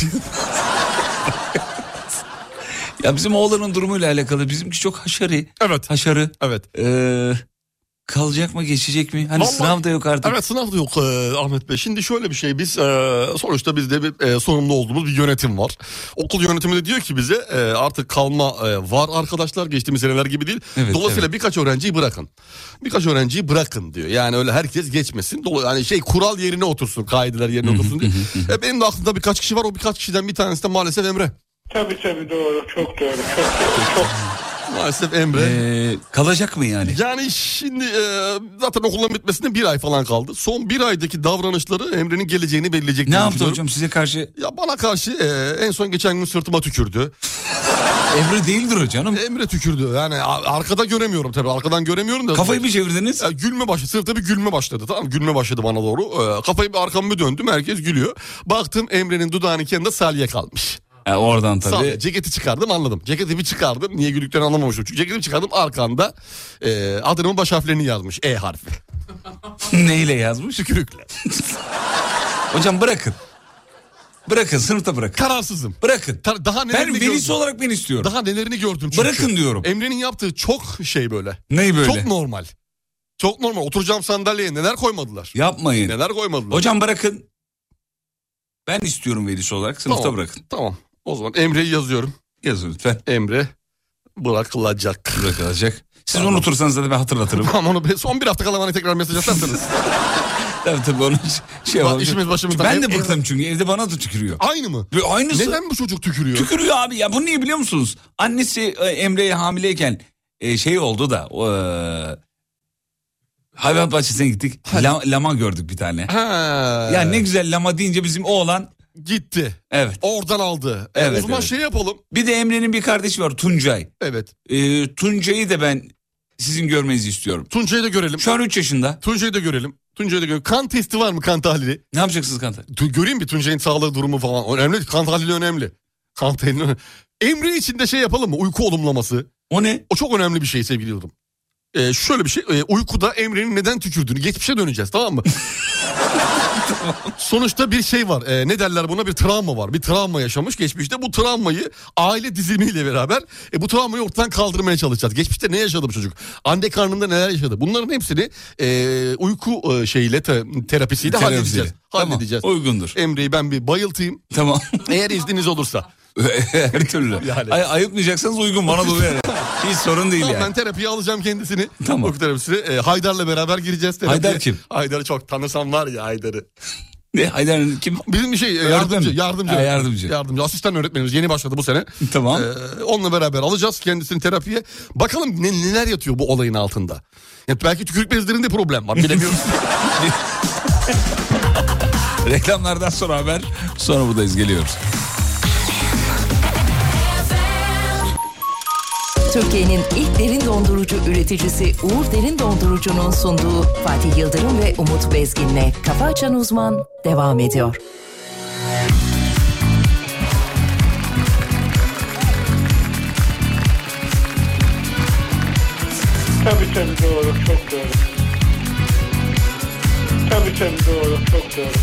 Ya bizim oğlanın durumuyla alakalı, bizimki çok haşarı. Evet. Haşarı. Evet. Kalacak mı, geçecek mi? Hani vallahi, sınav da yok artık. Evet, sınav da yok Ahmet Bey. Şimdi şöyle bir şey, biz sonuçta bizde bir sorumlu olduğumuz bir yönetim var. Okul yönetimi de diyor ki bize artık kalma var arkadaşlar, geçtiğimiz seneler gibi değil. Evet, dolayısıyla birkaç öğrenciyi bırakın diyor. Yani öyle herkes geçmesin. Yani kural yerine otursun, kaideler yerine otursun diye. Benim de aklımda birkaç kişi var, o birkaç kişiden bir tanesi de maalesef Emre. Tabii doğru, çok doğru. Çok. Maalesef Emre. Kalacak mı yani? Yani şimdi zaten okulun bitmesine 1 ay falan kaldı. Son 1 aydaki davranışları Emre'nin geleceğini belirleyecek. Ne yaptı hocam size karşı? Ya bana karşı en son geçen gün sırtıma tükürdü. Emre değildir o canım. Emre tükürdü. Yani arkada göremiyorum tabii. Arkadan göremiyorum da. Kafayı bir çevirdiniz. Gülme başladı. Sırtta bir gülme başladı. Tamam, gülme başladı bana doğru. Kafayı bir arkamı döndüm. Herkes gülüyor. Baktım Emre'nin dudağının kenarında salya kalmış. Oradan tabii. Ceketi çıkardım, anladım. Ceketi bir çıkardım. Niye güldüklerini anlamamıştım. Çünkü ceketi çıkardım, arkanda adımın baş harflerini yazmış. E harfi. Neyle yazmış? Tükürükle. Hocam bırakın. Bırakın, sınıfta bırakın. Kararsızım. Bırakın. Daha ben velisi olarak ben istiyorum. Daha nelerini gördüm çünkü. Bırakın diyorum. Emre'nin yaptığı çok böyle. Ney böyle? Çok normal. Çok normal. Oturacağım sandalyeye neler koymadılar. Yapmayın. Neler koymadılar. Hocam bırakın. Ben istiyorum velisi olarak, sınıfta bırakın. Tamam. O zaman Emre'yi yazıyorum. Yazın lütfen. Emre bırakılacak. Siz unutursanız da ben hatırlatırım. Tamam, onu son 1 hafta kala bana tekrar mesaj atarsanız. Tabii onu yapalım. İşimiz başımızda. Ben de bıktım çünkü evde bana da tükürüyor. Aynı mı? Aynısı. Neden bu çocuk tükürüyor? Tükürüyor abi ya, bunu niye biliyor musunuz? Annesi Emre'ye hamileyken oldu da hayvan bahçesine gittik. Lama gördük bir tane. Ya ne güzel, lama deyince bizim oğlan gitti. Evet. Oradan aldı. Evet, o zaman yapalım. Bir de Emre'nin bir kardeşi var, Tuncay. Evet. Tuncay'ı da ben sizin görmenizi istiyorum. Tuncay'ı da görelim. Şu an 3 yaşında. Tuncay'ı da görelim. Kan testi var mı, kan tahlili? Ne yapacaksınız kan tahlili? Göreyim bir Tuncay'ın sağlığı durumu falan. Önemli, kan tahlili önemli. Kan tahlili önemli. Emre için de yapalım mı? Uyku olumlaması. O ne? O çok önemli bir şey sevgili yıldırım. Şöyle bir şey. Uykuda Emre'nin neden tükürdüğünü, geçmişe döneceğiz, tamam mı? Sonuçta bir şey var. Ne derler buna? Bir travma var. Bir travma yaşamış geçmişte. Bu travmayı aile dizimiyle beraber bu travmayı ortadan kaldırmaya çalışacağız. Geçmişte ne yaşadı bu çocuk? Anne karnında neler yaşadı? Bunların hepsini uyku şeyiyle terapisiyle halledeceğiz. Tamam, uygundur. Emre'yi ben bir bayıltayım. Tamam. Eğer izniniz olursa. Her türlü. Yani. Ayıpmayacaksanız uygun bana da uyar. Hiç sorun değil tamam, yani. Ben terapiye alacağım kendisini. Tamam. Uyku terapisini. Haydar'la beraber gireceğiz terapiye. Haydar kim? Haydar'ı çok tanısam var ya Haydar'ı. Ne Haydar kim? Bizim bir yardımcı. Asistan öğretmenimiz yeni başladı bu sene. Tamam. Onunla beraber alacağız kendisini terapiye. Bakalım neler yatıyor bu olayın altında. Ya belki tükürük bezlerinde problem var bilemiyoruz. Reklamlardan sonra haber. Sonra buradayız, geliyoruz. Türkiye'nin ilk derin dondurucu üreticisi Uğur Derin Dondurucu'nun sunduğu Fatih Yıldırım ve Umut Bezgin'le Kafa Açan Uzman devam ediyor. Tabii doğru, çok doğru. Tabii doğru, çok doğru.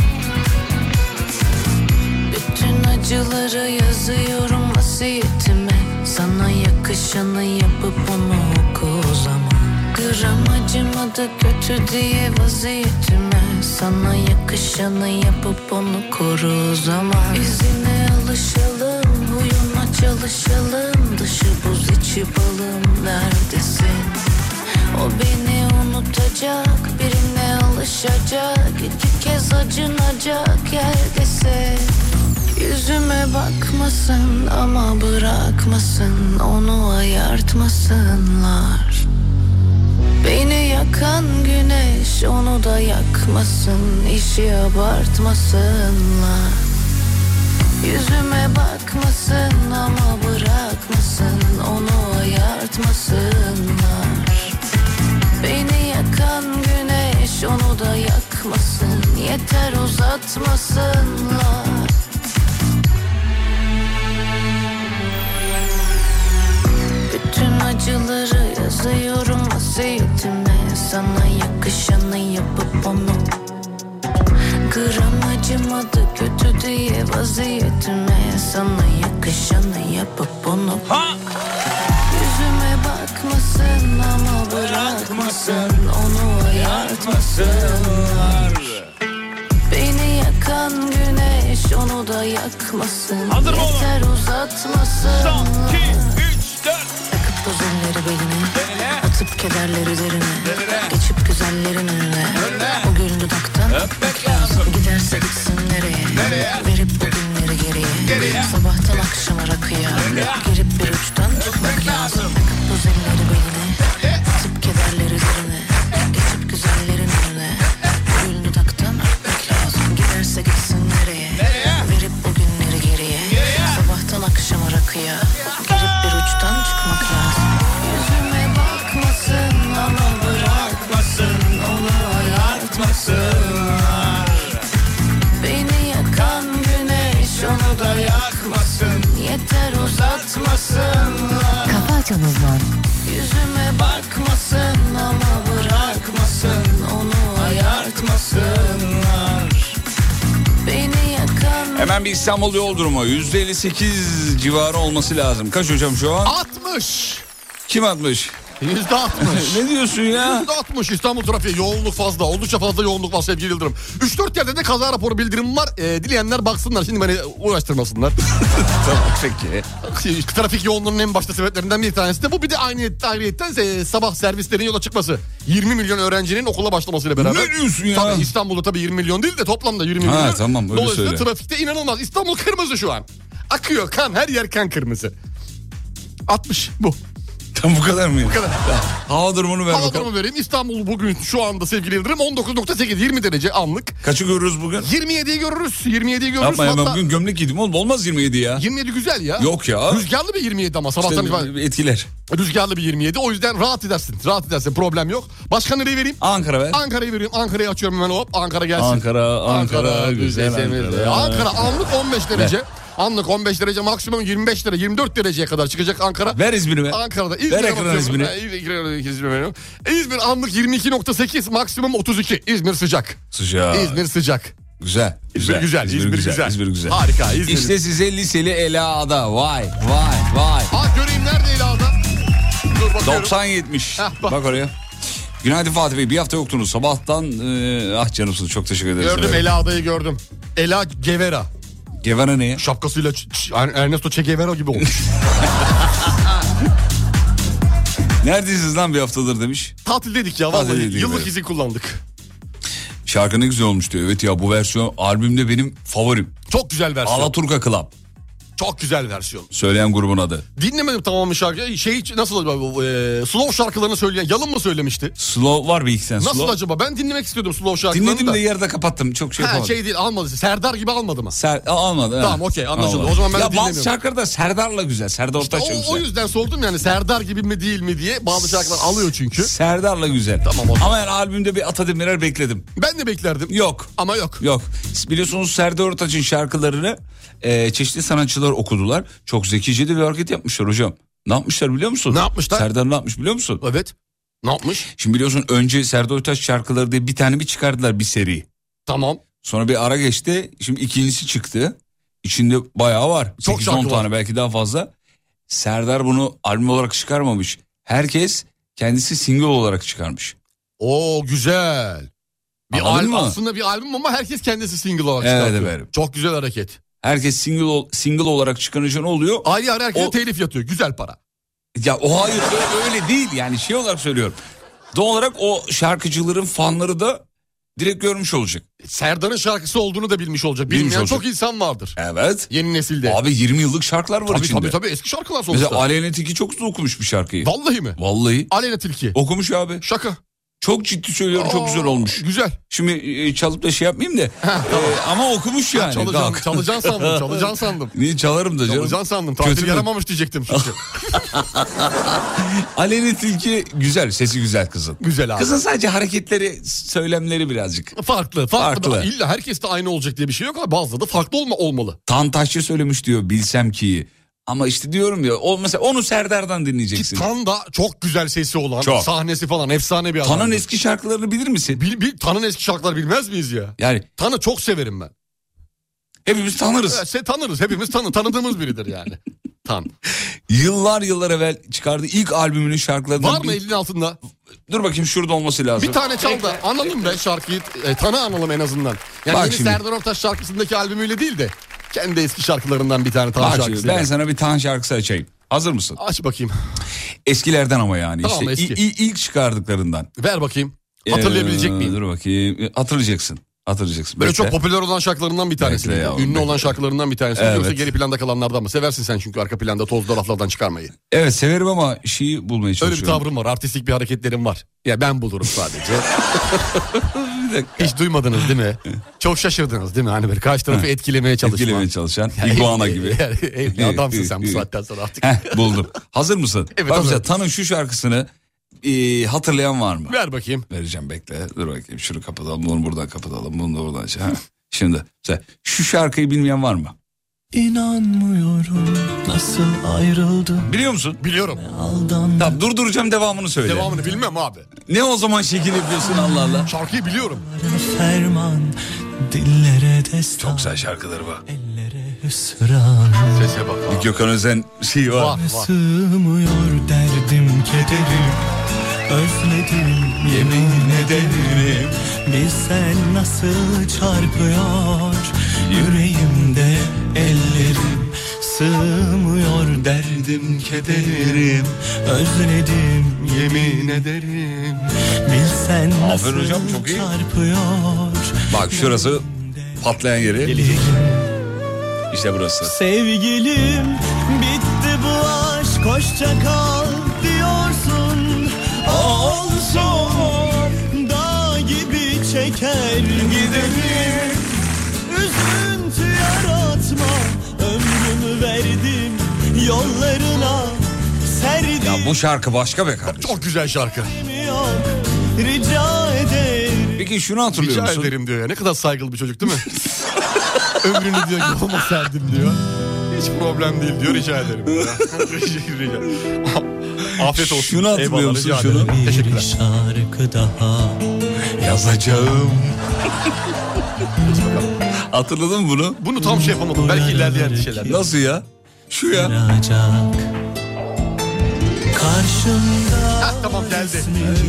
Bütün acıları yazıyorum vasiyetime. Sana yakışanı yapıp onu oku o zaman. Gram acımadı kötü diye vaziyetime. Sana yakışanı yapıp onu koru o zaman. İzine alışalım, huyuna çalışalım. Dışı buz içi balım, neredesin? O beni unutacak, birine alışacak. 2 kez acınacak yerdesin. Yüzüme bakmasın ama bırakmasın, onu ayartmasınlar. Beni yakan güneş onu da yakmasın, işi abartmasınlar. Yüzüme bakmasın ama bırakmasın, onu ayartmasınlar. Beni yakan güneş onu da yakmasın, yeter uzatmasınlar. Bütün acıları yazıyorum vasiyetime. Sana yakışanı yapıp onu. Gram acımadı kötü diye vaziyetime. Sana yakışanı yapıp onu. Yüzüme bakmasın ama bırakmasın, onu ayartmasınlar. Beni yakan güneş onu da yakmasın, yeter uzatmasınlar. Son, 2, 3, 4. Takıp toz elleri beline, atıp kederleri derine, geçip güzellerin önüne. O gül dudaktan öpmek lazım. Giderse gitsin nereye? Verip bu günleri geriye. Sabahtan akşama rakıya, girip bir uçtan çıkmak lazım. Takıp toz elleri beline, atıp kederleri derine, geçip güzellerin önüne. O gül dudaktan öpmek lazım. Giderse gitsin nereye? Verip bu günleri geriye. Sabahtan akşama rakıya, girip bir uçtan çıkmak lazım. Yüzüme bakmasın ama bırakmasın, onu ayartmasınlar. Beni yakan güneş onu da yakmasın, yeter uzatmasınlar. Kafa Açan Uzman. Yüzüme bakmasın ama bırakmasın, onu ayartmasınlar. Beni yakan... Hemen bir İstanbul yol durumu. %58 civarı olması lazım. Kaç hocam şu an? 60. Kim 60? %60. Ne diyorsun ya? %60 İstanbul trafiği yoğunluk fazla. Oldukça fazla yoğunluk var sevgili Yıldırım. 3-4 yerde de kaza raporu bildirim var. Dileyenler baksınlar. Şimdi beni uğraştırmasınlar. Tamam peki. Trafik yoğunluğunun en başta sebeplerinden bir tanesi de bu. Bir de ayrıyetten sabah servislerin yola çıkması. 20 milyon öğrencinin okula başlamasıyla beraber. Ne diyorsun ya? Tabii İstanbul'da tabii 20 milyon değil de toplamda 20 milyon. Ha tamam öyle Dolayısıyla söyle. trafikte inanılmaz. İstanbul kırmızı şu an. Akıyor kan, her yer kan kırmızı. 60 bu. Tam bu kadar mı? Bu kadar. Hava durumunu ver Hava bakalım. durumu vereyim. İstanbul bugün şu anda sevgili Yıldırım 19.8, 20 derece anlık. Kaçı görürüz bugün? 27'yi görürüz. 27'yi görürüz. Yapma ya, ben Hatta bugün gömlek giydim oğlum. Olmaz 27 ya. 27 güzel ya. Yok ya. Rüzgarlı bir 27 ama sabahtan İşte etkiler. Rüzgarlı bir 27. O yüzden rahat edersin. Rahat edersin. Problem yok. Başka nereyi vereyim? Ankara ver. Ankara'yı veriyorum. Ankara'yı açıyorum hemen hop. Ankara gelsin. Ankara güzel Ankara. Ankara anlık 15 derece. Anlık 15 derece, maksimum 25 derece 24 dereceye kadar çıkacak Ankara. Ver İzmir'i ver. Ankara'da. Ver ekran İzmir'i. İzmir anlık 22.8, maksimum 32. İzmir sıcak. Sıcak. İzmir sıcak. Güzel. İzmir güzel. İzmir güzel. Harika. İzmir. İşte size liseli Ela'da. Vay. Göreyim nerede Ela'da? Dur bakıyorum. 90-70. Bak. Bak oraya. Günaydın Fatih Bey. Bir hafta yoktunuz. Sabahtan canımsınız. Çok teşekkür ederiz. Gördüm, Ela'dayı gördüm. Ela Guevara. Guevara ne ya? Şapkasıyla Ernesto Che Guevara gibi olmuş. Neredesiniz lan bir haftadır demiş. Tatildeydik ya vallahi. Yıllık izin kullandık. Şarkı ne güzel olmuş diyor. Evet ya, bu versiyon albümde benim favorim. Çok güzel versiyon. Alaturka Club. Çok güzel versiyon. Söyleyen grubun adı. Dinlemedim tamamen şarkıyı. Nasıl slow şarkılarını söyleyen Yalın mı söylemişti? Slow var bir iki tane. Nasıl acaba? Ben dinlemek istiyordum slow şarkılarını. Dinledim de yarıda kapattım. Çok şey yapamadım. Şey değil, almadı. Serdar gibi almadı mı? Almadı. Tamam, okey, anlaşıldı. O zaman ben de dinlemiyorum. Bazı şarkılar da Serdar'la güzel. Serdar Ortaç İşte güzel. o yüzden sordum yani, Serdar gibi mi değil mi diye. Bazı şarkılar alıyor çünkü. Serdar'la güzel. Tamam, o zaman. Ama yani albümde bir Ata Demirer bekledim. Ben de beklerdim. Yok. Ama yok. Biliyorsunuz Serdar Ortaç'ın şarkılarını çeşitli sanatçılar okudular. Çok zekice de bir hareket yapmışlar hocam. Ne yapmışlar biliyor musun? Ne yapmışlar? Serdar ne yapmış biliyor musun? Evet. Ne yapmış? Şimdi biliyorsun önce Serdar Ortaç şarkıları diye bir tane bir çıkardılar, bir seri. Tamam. Sonra bir ara geçti. Şimdi ikincisi çıktı. İçinde bayağı var. Çok 8-10 tane belki daha fazla. Serdar bunu albüm olarak çıkarmamış. Herkes kendisi single olarak çıkarmış. Oo, güzel. Aslında bir albüm ama herkes kendisi single olarak çıkartıyor. Evet. Çok güzel hareket. Herkes single olarak çıkarınca ne oluyor? Ayrı herkese telif yatıyor. Güzel para. Ya o hayır öyle değil yani, şey olarak söylüyorum. Doğal olarak o şarkıcıların fanları da direkt görmüş olacak. Serdar'ın şarkısı olduğunu da bilmiş olacak. Bilmeyen çok insan vardır. Evet. Yeni nesilde. Abi 20 yıllık şarkılar var içinde. Tabii eski şarkılar sonuçta. Mesela Aleyna Tilki çok hızlı okumuş bir şarkıyı. Vallahi mi? Vallahi. Aleyna Tilki. Okumuş abi. Şaka. Çok ciddi söylüyorum, çok güzel olmuş. Güzel. Şimdi çalıp da şey yapmayayım da. Ama okumuş yani. Çalacaksın sandım. Niye çalarım da canım? Çalacaksın sandım. Tatil yaramamış diyecektim çünkü. Aleyna Tilki güzel, sesi güzel kızın. Güzel abi. Kızın sadece hareketleri, söylemleri birazcık. Farklı. İlla herkes de aynı olacak diye bir şey yok ama bazıları da farklı olmalı. Tantaşçı söylemiş diyor, bilsem ki. Ama işte diyorum ya, mesela onu Serdar'dan dinleyeceksin. Ki Tan da çok güzel sesi olan, sahnesi falan efsane bir adam. Tan'ın eski şarkılarını bilir misin? Tan'ın eski şarkıları bilmez miyiz ya? Yani Tan'ı çok severim ben. Hepimiz tanırız. Tanırız, hepimiz tanıdığımız biridir yani. Tan. Yıllar evvel çıkardığı ilk albümünün şarkılarından... Var mı elinin altında? Dur bakayım, şurada olması lazım. Bir tane çal da analım be şarkıyı. Tan'ı analım en azından. Yani yeni Serdar Ortaç şarkısındaki albümüyle değil de kendi eski şarkılarından bir tane Tan şarkısı. Ben sana bir Tan şarkısı açayım. Hazır mısın? Aç bakayım. Eskilerden ama yani. Tamam, işte ilk çıkardıklarından. Ver bakayım. Hatırlayabilecek miyim? Dur bakayım. Hatırlayacaksın. Böyle çok popüler olan şarkılarından bir tanesi. Ünlü olan şarkılarından bir tanesi. Evet. Yoksa geri planda kalanlardan mı? Seversin sen çünkü arka planda tozlu laflardan çıkarmayı. Evet, severim ama şeyi bulmaya çalışıyorum. Öyle bir tavrım var. Artistik bir hareketlerim var. Ya ben bulurum sadece. Hiç duymadınız değil mi? Çok şaşırdınız değil mi? Hani böyle karşı tarafı etkilemeye çalışan. İguana gibi. Evli adamsın sen bu saatten sonra artık. Buldum. Hazır mısın? Evet, bak hazır. mesela Tan'ın şu şarkısını hatırlayan var mı? Ver bakayım. Vereceğim, bekle. Dur bakayım, şunu kapatalım, bunu buradan kapatalım, bunu da buradan. Şimdi mesela şu şarkıyı bilmeyen var mı? İnanmıyorum nasıl ayrıldım. Biliyor musun? Biliyorum. Tamam, durduracağım, devamını söyle. Devamını bilmem abi. Ne o zaman şekil yapıyorsun, Allah Allah. Şarkıyı biliyorum. Ferman dillere destan. Çok güzel şarkıları var. Ellere hüsran. Sese bak abi. Gökhan Özen şeyi var. Sığmıyor derdim kederim. Özledim yemin ederim. Bilsen nasıl çarpıyor yüreğimde ellerim. Sığmıyor derdim kederim. Özledim yemin ederim. Bilsen nasıl hocam, çok iyi. çarpıyor. Bak şurası patlayan yeri. İşte burası. Sevgilim bitti bu aşk, hoşça kal diyorsun. Olsun dağ gibi çeker giderim. Üzüntü yaratma, ömrümü verdim yollarına serdim. Ya bu şarkı başka be kardeşim. Çok güzel şarkı. Yok, rica ederim. Peki şunu hatırlıyor musun? Rica ederim diyor ya. Ne kadar saygılı bir çocuk değil mi? Ömrünü diyor yoluma serdim diyor. Hiç problem değil diyor, rica ederim. Afiyet olsun. Şunu hatırlıyor musun şunu? Teşekkürler. Şarkı daha yazacağım. Hatırladın mı bunu? Bunu tam şey yapamadım. Belki ilerleyen şeyler. Nasıl ya? Şu ya. Ha, tamam geldi.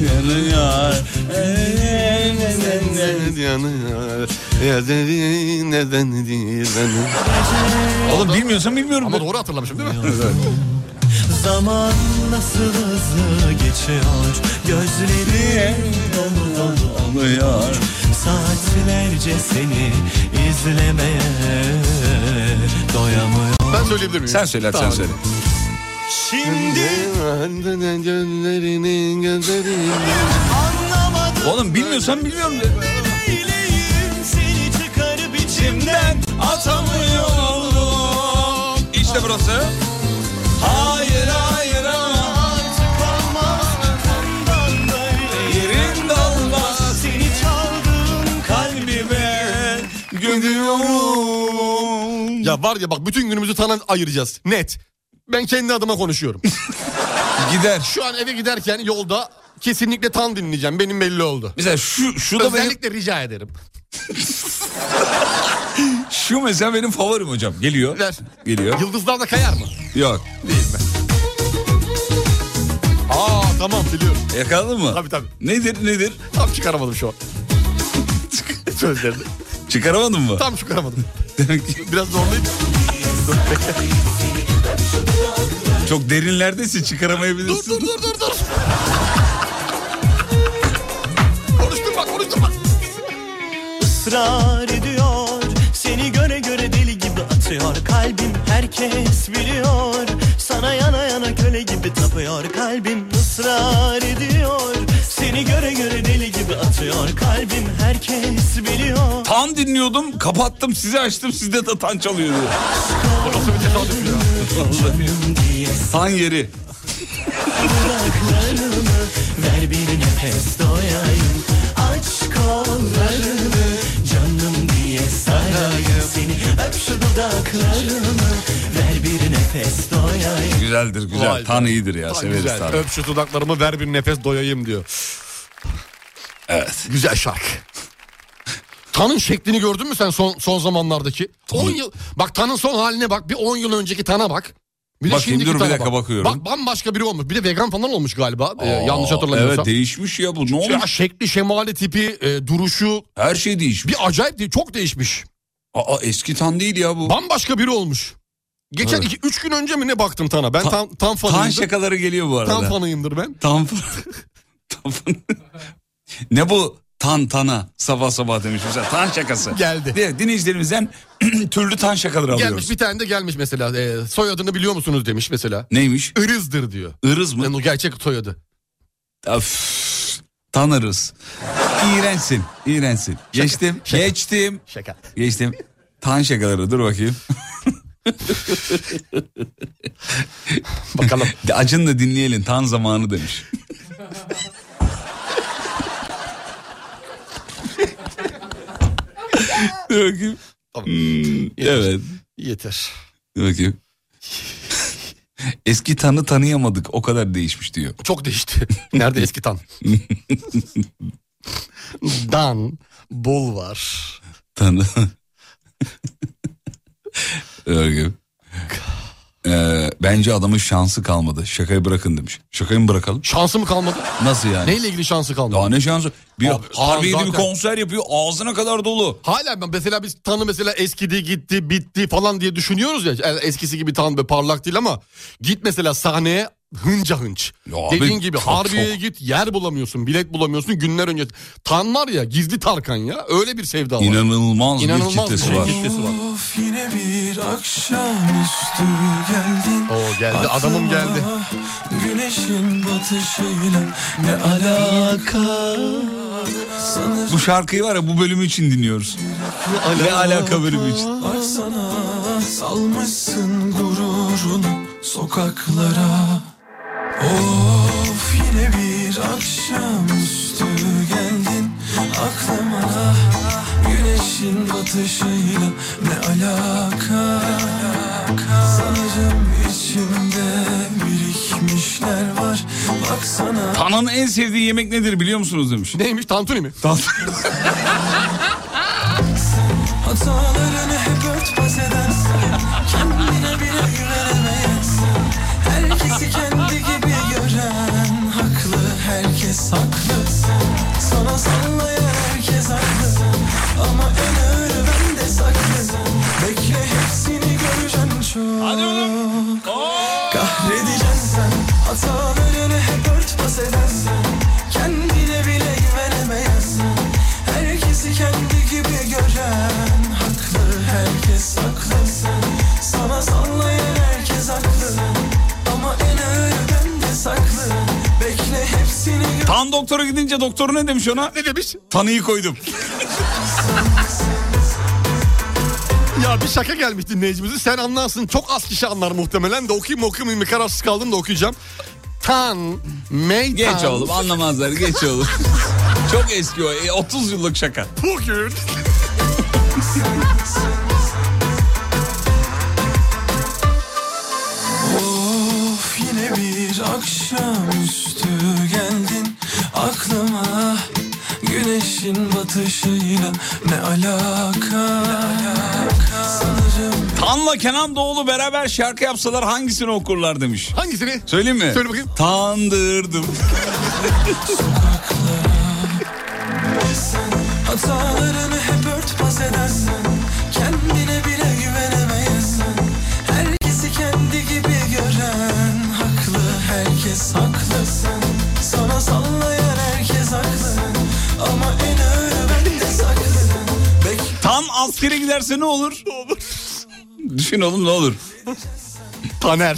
Oğlum bilmiyorsan bilmiyorum. Ama doğru hatırlamışım değil mi? Zaman nasıl hızlı geçiyor, gözlerim dolu dolu oluyor. Saatlerce seni izlemeye doyamıyorum. Ben söyleyebilir miyim? Sen söyle, tamam. sen söyle. Şimdi Oğlum bilmiyorsan bilmiyorum de. seni çıkarıp içimden Atamıyorum. İşte burası. Hayır hayır artık olmaz. Bundan böyle yerinde olmaz. seni çaldığım Kalbime gidiyorum. Ya var ya bak, bütün günümüzü Tan'a ayıracağız. Net. Ben kendi adıma konuşuyorum. Gider. Şu an eve giderken yolda kesinlikle Tan dinleyeceğim. Benim belli oldu. Mesela şu da benim, Özellikle rica ederim. şu mesela benim favorim hocam. Geliyor. Ver. Geliyor. Yıldızlar da kayar mı? Yok. Değil mi? Aa tamam, biliyorum. Yakaladın mı? Tabii tabii. Nedir? Tam çıkaramadım şu an. Sözlerini. Çıkaramadın mı? Tam çıkaramadım. Demek ki Biraz zorlayayım. çok derinlerdesin, çıkaramayabilirsin. Dur. Konuşturma. ısrar ediyor. Seni göre göre deli gibi atıyor kalbim, herkes biliyor. Sana yana yana köle gibi tapıyor kalbim, ısrar ediyor. Seni göre göre deli gibi atıyor kalbim, herkes biliyor. Tan dinliyordum, kapattım, sizi açtım, sizde de tan çalıyordu. Nasıl bir tesadüf ya? Tan yeri. Dudaklarını ver bir nefes doyayım. Aç kollarını canım diye sarayım seni. Öp şu dudaklarını ver bir nefes doyayım. Güzeldir, güzel. Vay Tan be. iyidir ya, Tan severiz güzel. tan. Öp şu dudaklarımı, ver bir nefes doyayım diyor. Evet. Güzel şarkı. Tan'ın şeklini gördün mü sen son zamanlardaki? 10 yıl. Bak Tan'ın son haline bak. Bir 10 yıl önceki Tan'a bak. Bir de Bakayım, şimdiki dur bir Tan'a dakika, bak. bakıyorum. Bak bambaşka biri olmuş. Bir de vegan falan olmuş galiba. Yanlış hatırlamıyorsam. Evet, değişmiş ya bu, ne olmuş? Ya şekli, şemali, tipi, duruşu. Her şey değişmiş. Bir acayip değil. Çok değişmiş. Aa, eski Tan değil ya bu. Bambaşka biri olmuş. Geçen Evet. 3 gün önce mi ne baktım Tan'a? Ben Tan fanıyımdır. Tan şakaları geliyor bu arada. Tan fanıyımdır ben. Tan ne bu? Tana sabah demiş mesela, tan şakası. Geldi. Dinleyicilerimizden türlü tan şakaları alıyoruz. Gelmiş, bir tane de gelmiş mesela. Soyadını biliyor musunuz demiş mesela. Neymiş? Irız'dır diyor. Irız mı? Yani o gerçek soyadı. Öf, tanırız. İğrençsin. Geçtim. Şaka. Geçtim. Tan şakaları, dur bakayım. Bakalım. Acın da dinleyelim, tan zamanı demiş. Dur bakayım. Tamam. Evet. Yeter. Dur bakayım. Eski Tan'ı tanıyamadık, o kadar değişmiş diyor. Çok değişti. Nerede eski Tan? Dan, Bulvar. Tanı. Öyle. Bence adamın şansı kalmadı. Şakayı bırakın demiş. Şakayı mı bırakalım? Şansı mı kalmadı? Nasıl yani? Neyle ilgili şansı kalmadı? Daha ne şansı? Bir Abi, harbiydi, zaten bir konser yapıyor, ağzına kadar dolu. Hala mesela biz Tan'ı mesela eskidi, gitti, bitti falan diye düşünüyoruz ya. Yani eskisi gibi Tan ve parlak değil ama git mesela sahneye, hınca hınç. Ya Dediğin abi, gibi çok, Harbiye'ye git, yer bulamıyorsun, bilet bulamıyorsun günler önce. Tan var ya, gizli Tarkan ya, öyle bir sevda var. İnanılmaz bir İnanılmaz kitlesi var. Of yine bir akşamüstü geldin. Oo, geldi, adamım geldi. Güneşin batışıyla ne alaka? Bu şarkıyı var ya, bu bölümü için dinliyoruz. Ne alaka bölümü için. Baksana salmışsın gururunu sokaklara. Of yine bir akşamüstü geldin aklıma. Güneşin batışıyla ne alaka? Sanırım içimde birikmişler var. Baksana. Tan'ın en sevdiği yemek nedir biliyor musunuz demiş. Neymiş? Tantuni mi? Hatalarını hep örtbas edersen, kendine bile güvenemezsin. Herkesi kendi gibi gören haklı, herkes haklı. Sana sallayan herkes haklı, ama en ağırı bende saklı. Bekle hepsini göreceksin çok. Kahredeceksin sen, hatalarını hep örtbas edersen, kendine bile güvenemezsin. Herkesi kendi gibi gören haklı, herkes haklı. Sana sallayan herkes haklı, ama en ağırı bende saklı. Bekle hepsini Tan doktora gidince doktor ne demiş ona? Ne demiş? Tanıyı koydum. Ya bir şaka gelmiş dinleyicimize. Sen anlarsın. Çok az kişi anlar muhtemelen de okuyayım mı kararsız kaldım da okuyacağım. Meytan. Geç oğlum, anlamazlar, geç oğlum. Çok eski o 30 yıllık şaka. Bugün of yine bir akşamüstü geldin aklıma. Güneşin batışıyla ne alaka? Sanırım Tan'la Kenan Doğulu beraber şarkı yapsalar hangisini okurlar demiş. hangisini? Söyleyeyim mi? Söyle bakayım. Tandırdım. hatalarını hep örtbas edersen, kendine bile güvenemezsin. Herkesi kendi gibi gören haklı, herkes haklısın. Sana sallayan herkes haklı, ama en ağırı bende saklı. Tan askere giderse ne olur? Ne olur? Düşün oğlum, ne olur? Taner.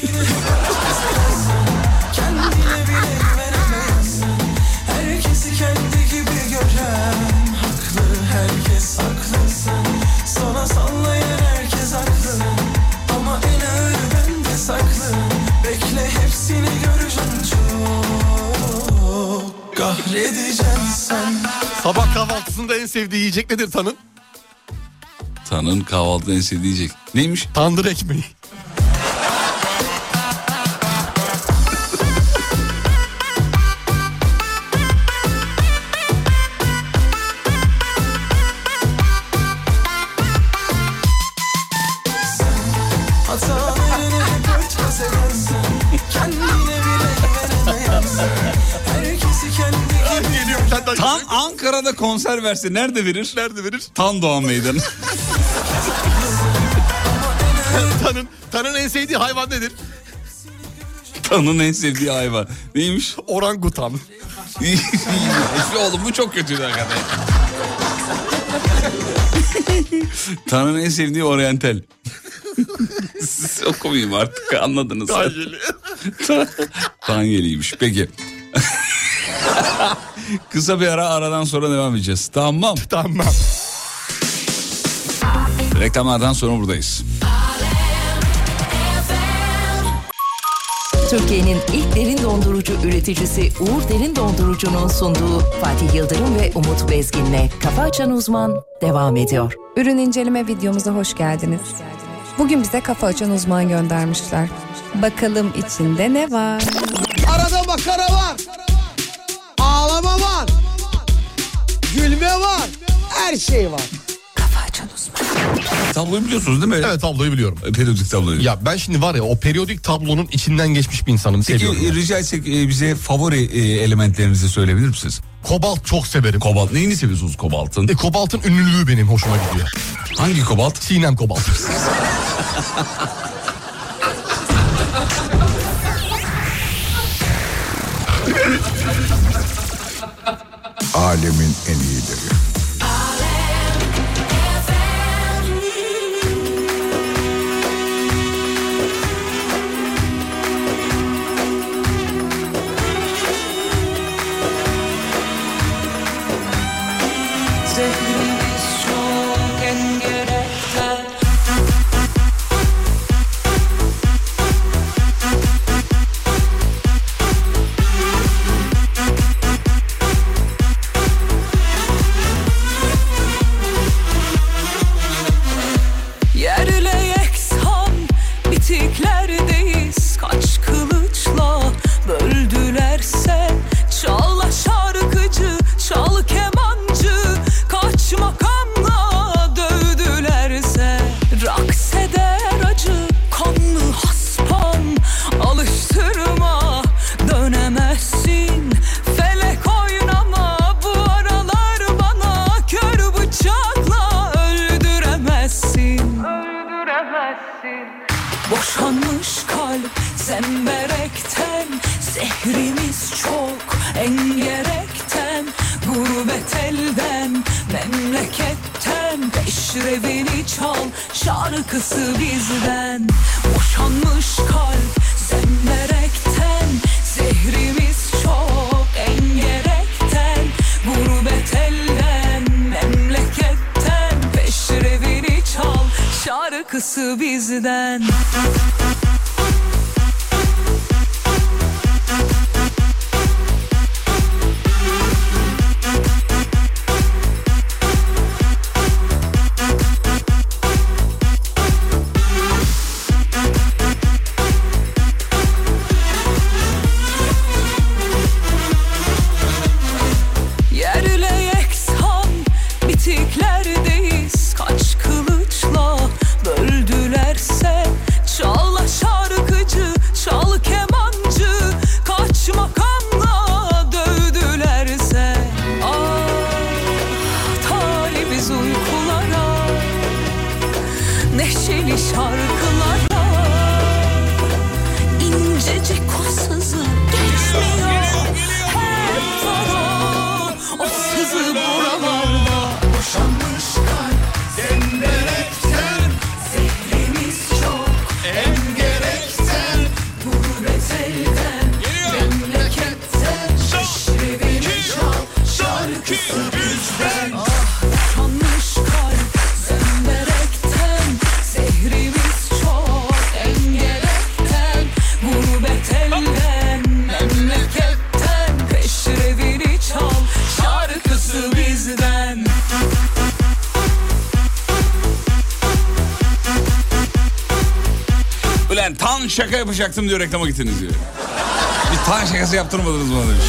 Kendine bile güvenemezsin. Herkesi kendi gibi gören haklı, herkes haklısın. Sana sallayan herkes haklı, ama en ağırı bende saklı. Bekle hepsini göreceksin çok. Kahredeceksin sen. Sabah kahvaltısında en sevdiği yiyecek nedir Tan'ın? Tan'ın kahvaltıda en sevdiği yiyecek. Neymiş? Tandır ekmeği. Hatalarını hep örtbas edersen, kendine bile güvenemezsin. Herkesi kendi gibi. Tan Ankara'da konser verse nerede verir? Nerede verir? Tan Doğan Meydanı. Tan'ın en sevdiği hayvan nedir? Tan'ın en sevdiği hayvan. Neymiş? Orangutan. Oğlum bu çok kötüydü hakikaten. Tan'ın en sevdiği oryantal. Siz okumayayım artık, anladınız. Tanyeli. Tanyeliymiş. Peki. Kısa bir aradan sonra devam edeceğiz. Tamam. Tamam. Reklamlardan sonra buradayız. Türkiye'nin ilk derin dondurucu üreticisi Uğur Derin Dondurucu'nun sunduğu Fatih Yıldırım ve Umut Bezgin'le Kafa Açan Uzman devam ediyor. Ürün inceleme videomuza hoş geldiniz. Bugün bize Kafa Açan Uzman göndermişler. Bakalım içinde ne var? Arada makara var. Ağlama var. Gülme var. Her şey var. Kafa Açan Uzman. Tabloyu biliyorsunuz değil mi? Evet, tabloyu biliyorum. Periyodik tabloyu. Ya ben şimdi var ya o periyodik tablonun içinden geçmiş bir insanım. Seviyorum. Peki rica etsek bize favori elementlerinizi söyleyebilir misiniz? Kobalt çok severim. Kobalt. Neyini seviyorsunuz kobaltın? Kobaltın ünlülüğü benim hoşuma gidiyor. Hangi kobalt? Sinem kobalt. Alemin en iyileri. kalp zemberekten, zehrimiz çok engerekten, gurbet elden memleketten, peşrevini çal şarkısı bizden. Boşanmış kalp zemberekten, zehrimiz çok engerekten, gurbet elden memleketten, peşrevini çal şarkısı bizden. Tan şaka yapacaktım diyor, reklama gittiniz diyor. Bir tan şakası yaptırmadınız bana demiş.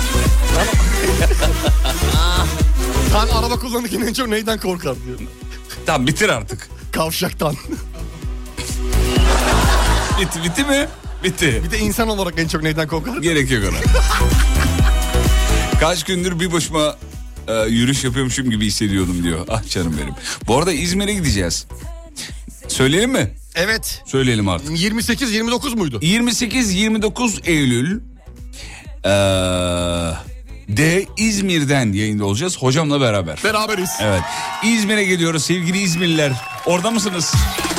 Tan araba kullanırken en çok neyden korkar diyor. Tamam bitir artık. Kavşaktan. Bitti mi? Bitti. Bir de insan olarak en çok neyden korkar? Gerek yok ona. Kaç gündür bir başıma yürüyüş yapıyormuşum gibi hissediyordum diyor. Ah canım benim. Bu arada İzmir'e gideceğiz. Söyleyelim mi? Evet. Söyleyelim artık. 28-29 muydu? 28-29 Eylül de İzmir'den yayında olacağız hocamla beraber. Beraberiz. Evet. İzmir'e geliyoruz sevgili İzmirliler. Orada mısınız?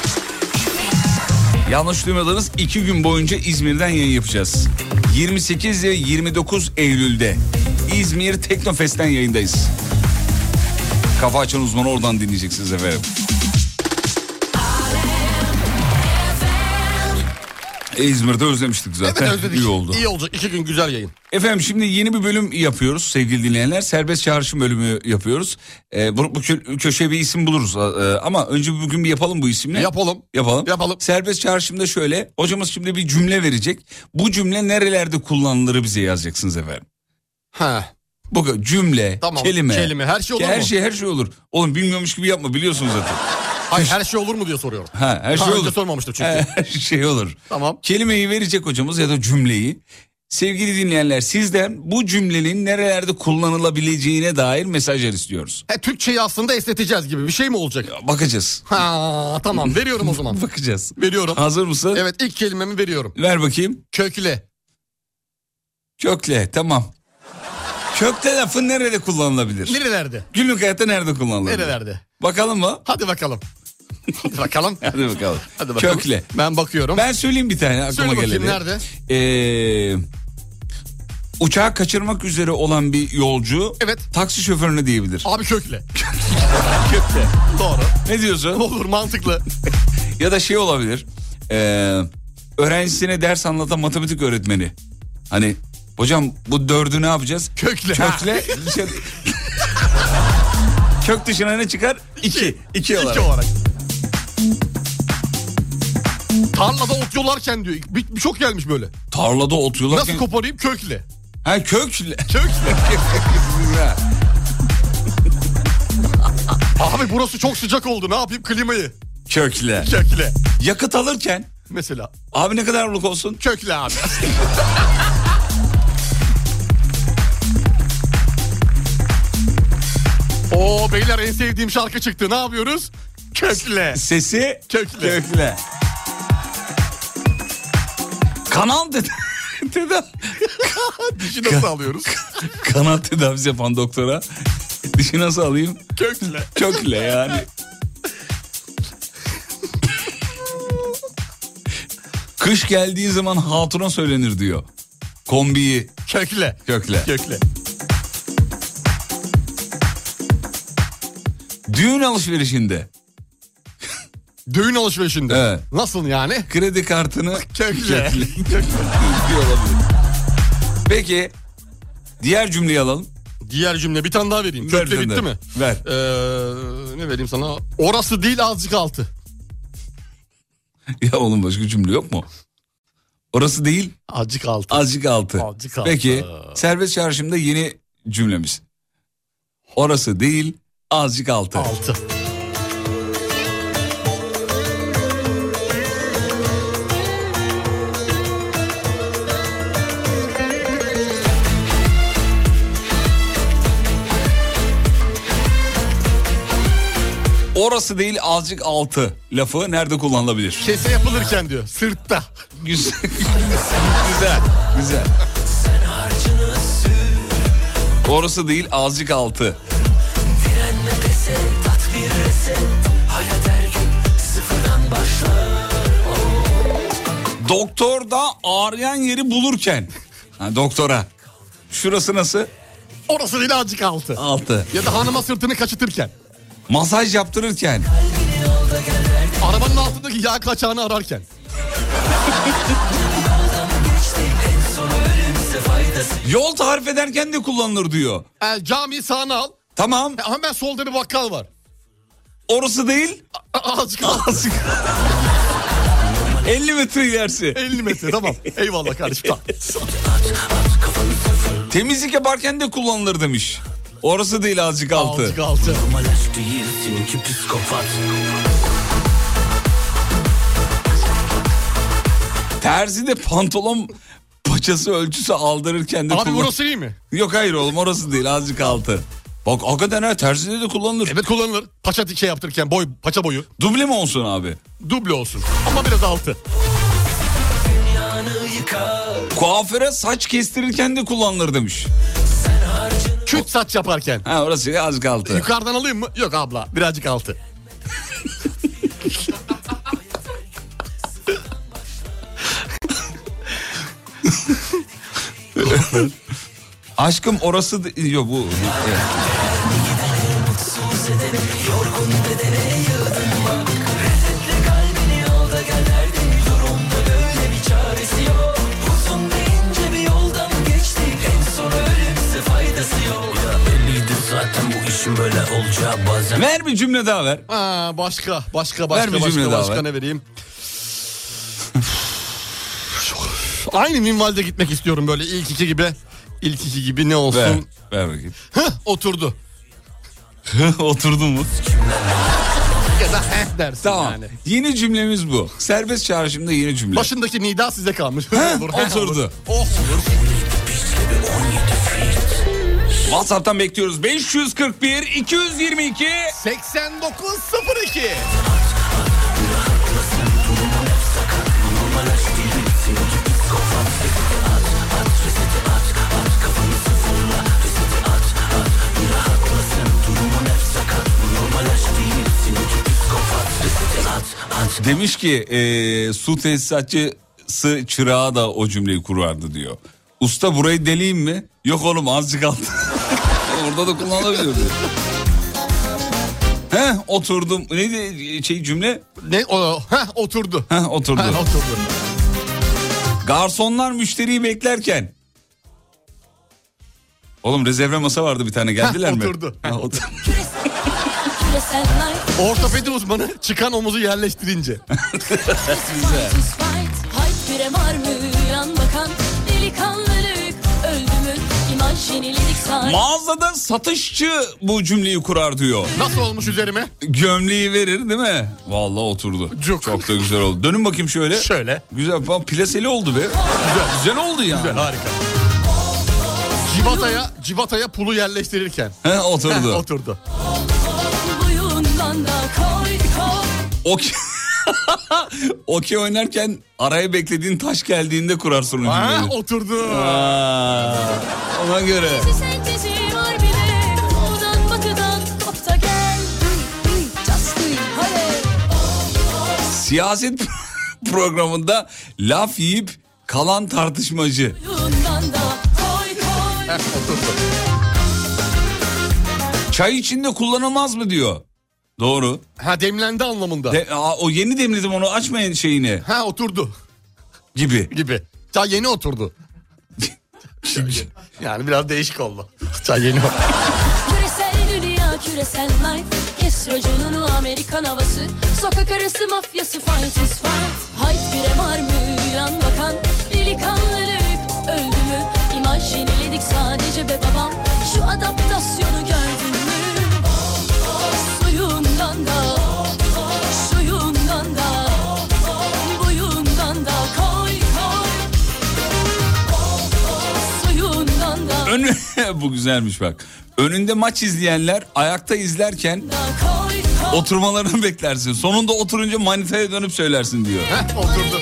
Yanlış duymadınız, 2 gün boyunca İzmir'den yayın yapacağız. 28 ve 29 Eylül'de İzmir Teknofest'ten yayındayız. Kafa Açan Uzmanı oradan dinleyeceksiniz efendim. İzmir'de özlemiştik zaten. Evet, özledik. İyi oldu. İyi olacak. 2 gün güzel yayın. Efendim şimdi yeni bir bölüm yapıyoruz sevgili dinleyenler. Serbest çağrışım bölümü yapıyoruz. Bu köşeye bir isim buluruz. Ama önce bugün bir yapalım bu isimle. Yapalım. Serbest çağrışımda şöyle. Hocamız şimdi bir cümle verecek. Bu cümle nerelerde kullanılır bize yazacaksınız efendim. Bu cümle, tamam, kelime. Her şey olur mu? Her şey olur. Oğlum bilmiyormuş gibi yapma, biliyorsunuz zaten. Hayır, her şey olur mu diye soruyorum. Her şey olur. Önce sormamıştım çünkü. Her şey olur. Tamam. Kelimeyi verecek hocamız ya da cümleyi. Sevgili dinleyenler, sizden bu cümlenin nerelerde kullanılabileceğine dair mesajlar istiyoruz. Türkçeyi aslında esneteceğiz gibi bir şey mi olacak? Bakacağız. Tamam, veriyorum o zaman. Bakacağız. Veriyorum. Hazır mısın? Evet, ilk kelimemi veriyorum. Ver bakayım. Kökle. Kökle, tamam. Kökle lafı nerede kullanılabilir? Nerelerde? Günlük hayatta nerede kullanılabilir? Nerelerde? Bakalım mı? Hadi bakalım. Hadi bakalım. Hadi bakalım. Hadi bakalım. Kökle. Ben bakıyorum. Ben söyleyeyim bir tane aklıma geldi. Söyle bakayım, nerede? Uçağı kaçırmak üzere olan bir yolcu, evet, taksi şoförüne diyebilir. Abi kökle. Kökle. Doğru. Ne diyorsun? Olur, mantıklı. Ya da şey olabilir. Öğrencisine ders anlatan matematik öğretmeni. Hani hocam bu 4'ü ne yapacağız? Kökle. Kök dışına ne çıkar? 2. 2 olarak. Tarlada ot yolarken diyor. Çok gelmiş böyle. Tarlada ot yolarken. Nasıl koparayım? Kökle. Kökle. Abi burası çok sıcak oldu. Ne yapayım? Klimayı. Kökle. Yakıt alırken. Mesela. Abi ne kadar ağırlık olsun? Kökle abi. Beyler, en sevdiğim şarkı çıktı. Ne yapıyoruz? Kökle. Sesi kökle. Kanal tedavi. Dişi nasıl alıyoruz? Kanal tedavisi yapan doktora. Dişi nasıl alayım? Kökle. Kökle yani. Kış geldiği zaman hatuna söylenir diyor. Kombiyi. Kökle. Kökle. Kökle. Düğün alışverişinde. Düğün alışverişinde. Evet. Nasıl yani? Kredi kartını kökle. Peki diğer cümleyi alalım. Diğer cümle bir tane daha vereyim. Ver, Kökle bitti gönder. mi? Ver. Ne vereyim sana? Orası değil azıcık altı. Ya oğlum başka cümle yok mu? Orası değil. Azıcık altı. Azıcık altı. Azıcık altı. Peki serbest çağrışımda yeni cümlemiz. Orası değil azıcık altı. Altı. Orası değil azıcık altı lafı nerede kullanılabilir? Kese yapılırken diyor. Sırtta. Güzel. Güzel. Güzel. Orası değil azıcık altı. Doktorda ağrıyan yeri bulurken. Doktora. Şurası nasıl? Orası değil azıcık altı. Altı. Ya da hanıma sırtını kaçıtırken. Masaj yaptırırken. Arabanın altındaki yağ kaçağını ararken. Yol tarif ederken de kullanılır diyor. Camiyi sağına al. Tamam. Hemen solda bir bakkal var. Orası değil. Azıcık altı. 50 metre ilerisi. 50 metre tamam. Eyvallah kardeşim. Temizlik yaparken de kullanılır demiş. Orası değil azıcık altı. Azıcık altı. Terzi de pantolon paçası ölçüsü aldırırken de Abi burası iyi mi? Yok hayır oğlum orası değil azıcık altı. Bak hakikaten ha terzide de kullanılır. Evet kullanılır. Paça şey yaptırırken paça boyu. Duble mi olsun abi? Duble olsun ama biraz altı. Kuaföre saç kestirirken de kullanılır demiş. Küt saç yaparken. Ha orası azıcık altı. Yukarıdan alayım mı? Yok abla birazcık altı. Aşkım orası yok bu. Evet. Zaten bu işin böyle olacağı bazen. Ver bir cümle daha ver. Başka ver bir cümle daha ver. Ne vereyim? Aynı minvalde gitmek istiyorum böyle ilk iki gibi ne olsun? Ver bakayım. Oturdu. Oturdun mu? Ya da dersin tamam. yani. Yeni cümlemiz bu. Serbest çağrışımda yeni cümle. Başındaki nida size kalmış. Oturdu. Olur. WhatsApp'tan bekliyoruz. 541 222 8902. Demiş ki su tesisatçısı çırağı da o cümleyi kurardı diyor. Usta burayı deleyim mi? Yok oğlum azıcık altı. Orada da kullanılabiliyor diyor. Oturdum. Neydi cümle? Ne o? Oturdu. Oturdu. Oturdu. Garsonlar müşteriyi beklerken. Oğlum rezerve masa vardı bir tane geldiler mi? Oturdu. Ortopedi uzmanı çıkan omuzu yerleştirince. Güzel. Mağazada satışçı bu cümleyi kurar diyor. Nasıl olmuş üzerime? Gömleği verir değil mi? Vallahi oturdu. Çok da güzel oldu. Dönün bakayım şöyle. Şöyle. Güzel. Plaseli oldu be. Güzel oldu yani. Güzel harika. Civataya pulu yerleştirirken. Oturdu. Oturdu. Okey oynarken araya beklediğin taş geldiğinde kurarsın o cümleyi. Oturdu. Ona göre. Siyaset programında laf yiyip kalan tartışmacı. Çay içinde kullanılmaz mı diyor. Doğru. Ha, demlendi anlamında. O yeni demledim, onu açmayın şeyini. Ha, oturdu. Gibi. Çay yeni oturdu. Yani biraz değişik oldu. Çay yeni oturdu. Küresel dünya, küresel life. Kes raconunu, Amerikan havası. Sokak arası mafyası, fight is fight. Hayt bire var mı yan bakan? Delikanlılık öldü mü? İmaj yeniledik sadece be babam. Şu adaptasyonu gördün mü? Suyundan da, suyundan da, buyundan da koy koy. Suyundan da. Bu güzelmiş bak. Önünde maç izleyenler ayakta izlerken oturmalarını beklersin. Sonunda oturunca manitaya dönüp söylersin diyor. Oturdu.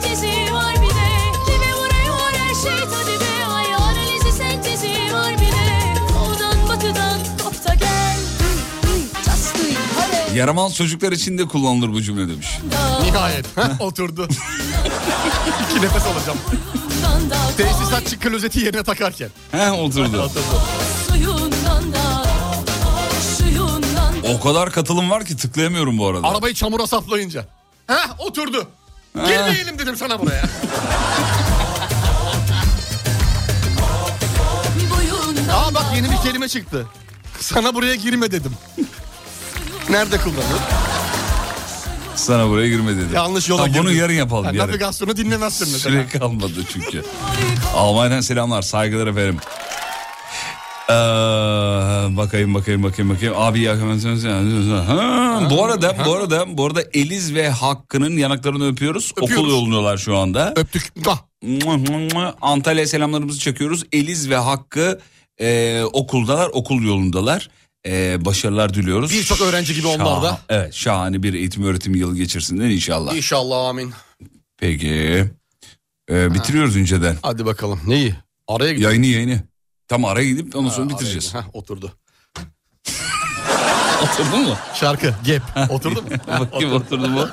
Yaramaz çocuklar için de kullanılır bu cümle demiş. Nihayet. Oturdu. 2 nefes alacağım. Tesisatçı klozeti yerine takarken. Oturdu. O kadar katılım var ki tıklayamıyorum bu arada. Arabayı çamura saplayınca. Oturdu. Girmeyelim dedim sana buraya. Bak yeni bir kelime çıktı. Sana buraya girme dedim. Nerede kullanılır? Sana buraya girme dedim. Yanlış yola girdim. Bunu yarın yapalım. Yarın. Navigasyonu dinlemezsin mesela. Süre kalmadı çünkü. Almanya'dan selamlar, saygılar efendim. Bakayım. Abi bu arada Eliz ve Hakkı'nın yanaklarını öpüyoruz. Okul yolluyorlar şu anda. Öptük. Antalya'ya selamlarımızı çekiyoruz. Eliz ve Hakkı okuldalar, okul yolundalar. Başarılar diliyoruz. Birçok öğrenci gibi onlar da. Evet, şahane bir eğitim öğretim yılı geçirsinler inşallah. İnşallah, amin. Peki. Bitiriyoruz önceden. Hadi bakalım. Neyi? Araya gidelim. Yayını. Tam araya gidip ondan sonra bitireceğiz. Oturdu. Oturdu mu? Şarkı. Gap. Oturdu mu? Bakayım oturdu mu?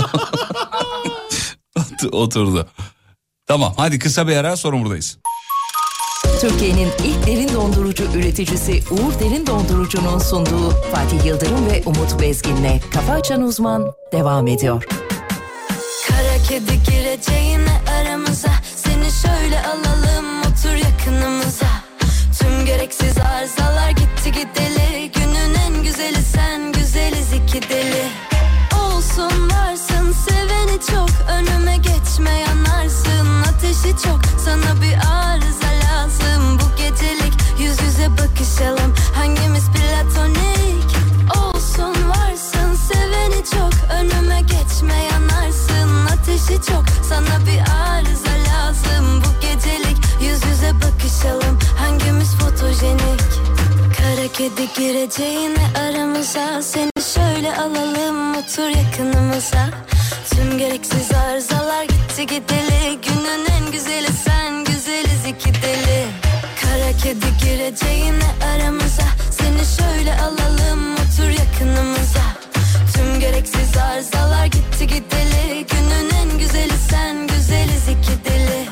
Oturdu. Tamam, hadi kısa bir ara, sonra buradayız. Türkiye'nin ilk derin dondurucu üreticisi Uğur Derin Dondurucu'nun sunduğu Fatih Yıldırım ve Umut Bezgin'le Kafa Açan Uzman devam ediyor. Kara kedi gireceğine aramıza, seni şöyle alalım otur yakınımıza. Tüm gereksiz arızalar gitti gideli, günün en güzeli sen, güzeliz iki deli. Olsun varsın seveni çok, önüme geçme yanarsın, ateşi çok, sana bir arıza lazım. Bu gecelik yüz yüze bakışalım, hangimiz platonik? Olsun varsın seveni çok, önüme geçme yanarsın, ateşi çok, sana bir arıza lazım. Bu gecelik yüz yüze bakışalım, hangimiz fotojenik? Kara kedi gireceğine aramıza, seni şöyle alalım otur yakınımıza. Tüm gereksiz arızalar gitti gideli, günün en güzeli sen, güzeliz iki deli. Kara kedi gireceğine aramıza, seni şöyle alalım otur yakınımıza. Tüm gereksiz arızalar gitti gideli, günün en güzeli sen, güzeliz iki deli.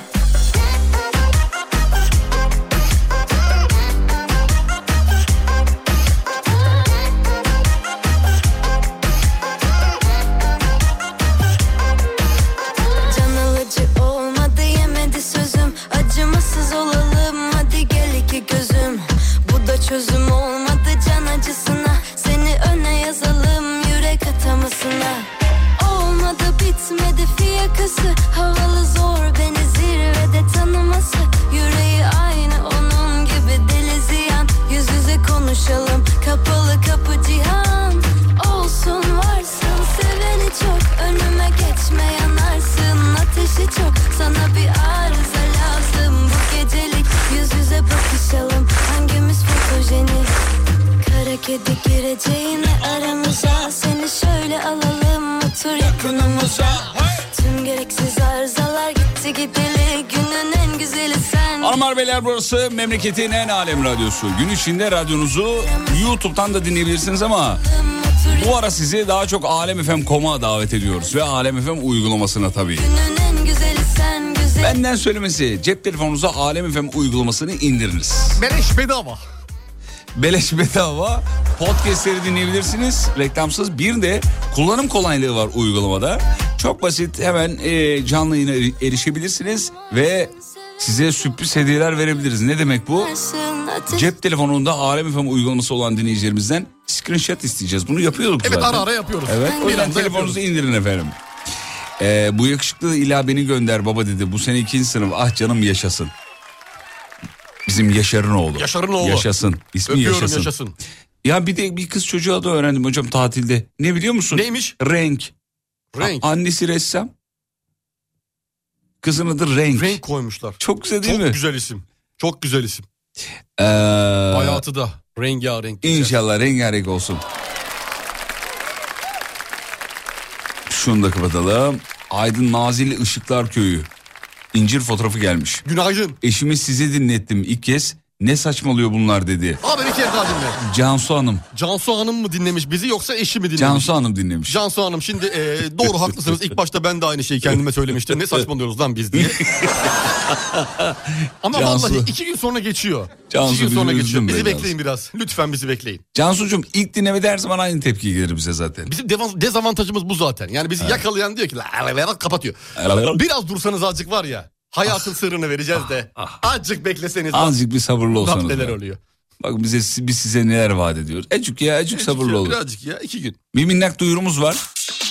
Can alıcı olmadı yemedi sözüm, acımasız olalım hadi gel iki gözüm. Bu da çözüm olmadı can acısına, seni öne yazalım yürek atamasına. Olmadı bitmedi fiyakası, havalı zor beni zirvede tanıması. Yüreği aynı onun gibi deli ziyan, yüz yüze konuşalım kapalı kapı cihan. Olsun varsın seveni çok, önüme geçme yanarsın, ateşi çok, sana bir arıza lazım. Bu gecelik yüz yüze bakışalım, hangimiz fotojenik? Kara kedi gireceğine aramıza, seni şöyle alalım otur otur yakınımıza. Tüm gereksiz arızalar gitti gideli, günün en güzeli sen. Hanımlar beyler, burası memleketin en alem radyosu. Gün içinde radyonuzu YouTube'dan da dinleyebilirsiniz ama bu ara sizi daha çok alemfm.com'a davet ediyoruz ve Alem FM uygulamasına tabii. Benden söylemesi, cep telefonunuza Alem FM uygulamasını indiriniz. Beleş bedava. Beleş bedava podcastleri dinleyebilirsiniz reklamsız. Bir de kullanım kolaylığı var uygulamada. Çok basit, hemen canlı yayına erişebilirsiniz ve size sürpriz hediyeler verebiliriz. Ne demek bu? Cep telefonunda Alem FM uygulaması olan dinleyicilerimizden screenshot isteyeceğiz. Bunu yapıyorduk zaten. Evet, ara ara yapıyoruz. Evet, o yüzden telefonunuzu indirin efendim. Bu yakışıklı illa beni gönder baba dedi. Bu sene 2. sınıf. Ah canım yaşasın. Bizim Yaşar'ın oğlu. Yaşar'ın oğlu. Yaşasın. İsmi öpüyorum, yaşasın. Ya bir de bir kız çocuğu adı öğrendim hocam tatilde. Ne biliyor musun? Neymiş? Renk. Annesi ressam. Kızın adı Renk. Renk koymuşlar. Çok güzel değil mi? Çok güzel isim. Çok güzel isim. Hayatı da rengarenk. İnşallah rengarenk olsun. Şunu da kapatalım. Aydın Nazilli Işıklar Köyü. İncir fotoğrafı gelmiş. Günaydın. Eşimi size dinlettim ilk kez. Ne saçmalıyor bunlar dedi. Abi bir kere daha dinle. Cansu Hanım. Cansu Hanım mı dinlemiş bizi yoksa eşi mi dinlemiş? Cansu Hanım dinlemiş. Cansu Hanım şimdi doğru haklısınız. İlk başta ben de aynı şeyi kendime söylemiştim. Ne saçmalıyoruz lan biz diye. Ama Cansu. vallahi 2 gün sonra geçiyor. Cansu, 2 gün sonra bizi geçiyor. üzdün Bizi be bekleyin biraz. Lütfen bizi bekleyin. Cansu'cum ilk dinlemede her zaman aynı tepki gelir bize zaten. Bizim dezavantajımız bu zaten. Yani bizi yakalayan diyor ki kapatıyor. Biraz dursanız azıcık var ya. Hayatın sırrını vereceğiz de. Azıcık bekleseniz. Azıcık bir sabırlı olsanız. Bak neler oluyor. Bak biz size neler vaat ediyoruz. Azıcık sabırlı olun. Birazcık ya 2 gün. Bir minnak duyurumuz var.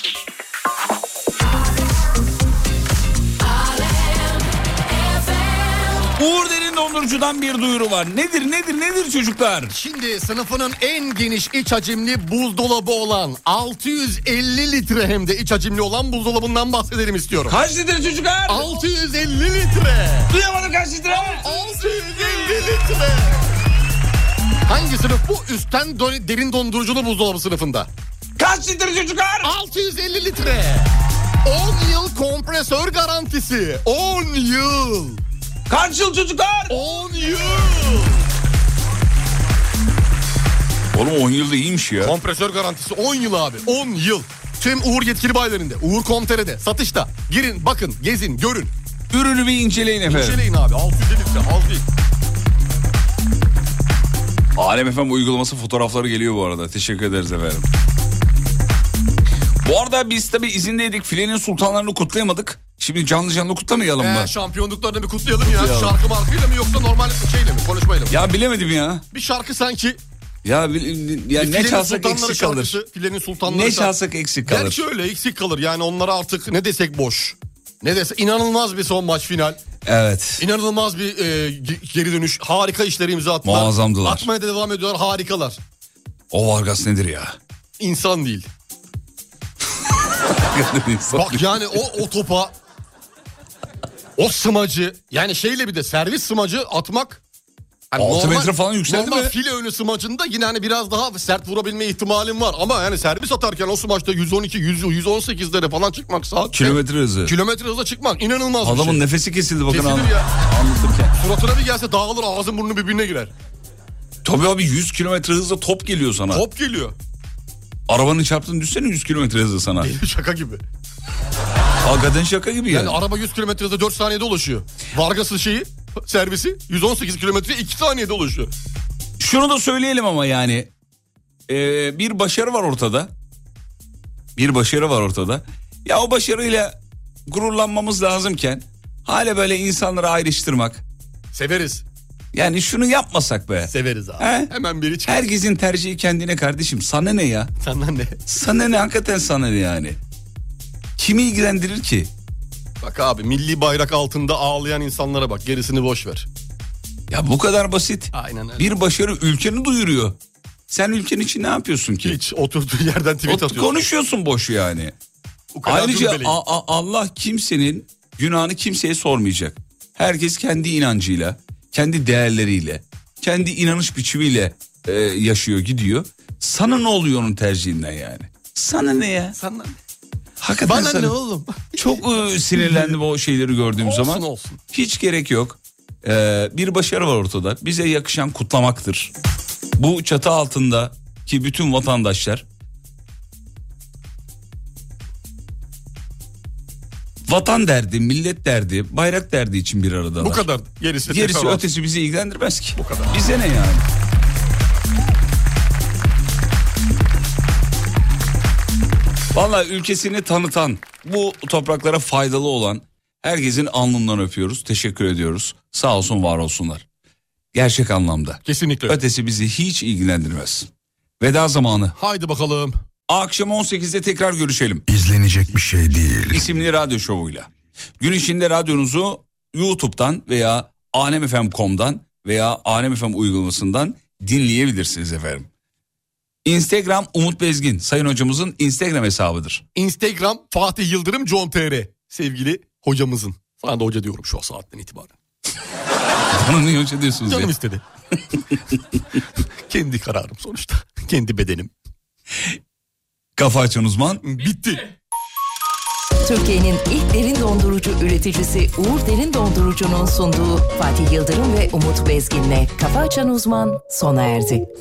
Uğur Derin Dondurucu'dan bir duyuru var. Nedir çocuklar? Şimdi sınıfının en geniş iç hacimli buzdolabı olan 650 litre hem de iç hacimli olan buzdolabından bahsedelim istiyorum. Kaç litre çocuklar? 650 litre. Duyamadım kaç litre? 650 litre. Hangi sınıf bu? Üstten derin donduruculu buzdolabı sınıfında. Kaç litre çocuklar? 650 litre. 10 yıl kompresör garantisi. 10 yıl. Kaç yıl çocuklar? 10 yıl. Oğlum 10 yılda iyiymiş ya. Kompresör garantisi 10 yıl abi. 10 yıl. Tüm Uğur yetkili bayilerinde, Uğur.com.tr'de, satışta. Girin, bakın, gezin, görün. Ürünü bir inceleyin efendim. İnceleyin abi. 650 litre, az değil. Alem FM uygulaması fotoğrafları geliyor bu arada. Teşekkür ederiz efendim. Bu arada biz tabii izindeydik. Filenin sultanlarını kutlayamadık. Şimdi canlı kutlamayalım mı? Şampiyonluklarını bir kutlayalım ya. Şarkı markıyla mı yoksa normal şeyle mi? Konuşmayla mı? Ya bilemedim ya. Bir şarkı sanki. Ya ne çalsak eksik kalır. Filenin sultanları ne çalsak eksik kalır. Gerçi öyle eksik kalır. Yani onlara artık ne desek boş. Ne desek inanılmaz bir son maç final. Evet. İnanılmaz bir geri dönüş. Harika işleri imza attılar. Muazzamdılar. Atmaya da devam ediyorlar. Harikalar. O Vargas nedir ya? İnsan değil. Bak yani o topa, o smacı, yani şeyle bir de servis smacı atmak. Yani 6 metre falan yükseldi mi? Normal file önü smacında yine hani biraz daha sert vurabilme ihtimalim var. Ama yani servis atarken o smaçta 112, 118'lere falan çıkmak saat. Kilometre hızı. Kilometre hızla çıkmak inanılmaz Adamın bir şey. nefesi kesildi bakın. Kesilir ya. Anlatırken. Suratına bir gelse dağılır, ağzın burnu birbirine girer. Tabii abi 100 kilometre hızla top geliyor sana. Top geliyor. Arabanın çarptığını düşsene 100 kilometre hızla sana. Şaka gibi. Hakikaten şaka gibi yani. Yani araba 100 kilometre hızla 4 saniyede ulaşıyor. Vargas'ın servisi 118 kilometre 2 saniyede ulaşıyor. Şunu da söyleyelim ama yani bir başarı var ortada. Bir başarı var ortada. Ya o başarıyla gururlanmamız lazımken hala böyle insanları ayrıştırmak. Severiz. Yani şunu yapmasak be. Severiz abi. He? Hemen biri çıkar. Herkesin tercihi kendine kardeşim. Sana ne ya? Sana ne? Sana ne, hakikaten sana ne yani? Kimi ilgilendirir ki? Bak abi milli bayrak altında ağlayan insanlara bak, gerisini boş ver. Ya bu kadar basit. Aynen öyle. Bir başarı ülkeni duyuruyor. Sen ülken için ne yapıyorsun ki? Hiç oturduğu yerden tweet atıyorsun. Konuşuyorsun boş yani. Ayrıca Allah kimsenin günahını kimseye sormayacak. Herkes kendi inancıyla, kendi değerleriyle, kendi inanış biçimiyle yaşıyor, gidiyor. Sana ne oluyor onun tercihinden yani? Sana ne ya? Sana ne? Hakikaten bana ne oğlum? Çok sinirlendim o şeyleri gördüğüm zaman. Olsun. Hiç gerek yok. Bir başarı var ortada. Bize yakışan kutlamaktır. Bu çatı altındaki bütün vatandaşlar vatan derdi, millet derdi, bayrak derdi için bir aradalar. Bu kadar. Gerisi ötesi bizi ilgilendirmez ki. Bu kadar. Bize ne yani? Vallahi ülkesini tanıtan, bu topraklara faydalı olan herkesin alnından öpüyoruz. Teşekkür ediyoruz. Sağ olsun, var olsunlar. Gerçek anlamda. Kesinlikle. Ötesi bizi hiç ilgilendirmez. Veda zamanı. Haydi bakalım. Akşam 18'de tekrar görüşelim. İzlenecek bir şey değil. İsimli radyo şovuyla. Gün içinde radyonuzu YouTube'dan veya alemfm.com'dan veya alemfm uygulamasından dinleyebilirsiniz efendim. Instagram Umut Bezgin, sayın hocamızın Instagram hesabıdır. Instagram Fatih Yıldırım Con.tr sevgili hocamızın. Sana da hoca diyorum şu saatten itibaren. Bana niye hoca diyorsunuz Canım ya? istedi. Kendi kararım sonuçta. Kendi bedenim. Kafa Açan Uzman. Bitti. Türkiye'nin ilk derin dondurucu üreticisi Uğur Derin Dondurucu'nun sunduğu Fatih Yıldırım ve Umut Bezgin'le Kafa Açan Uzman sona erdi.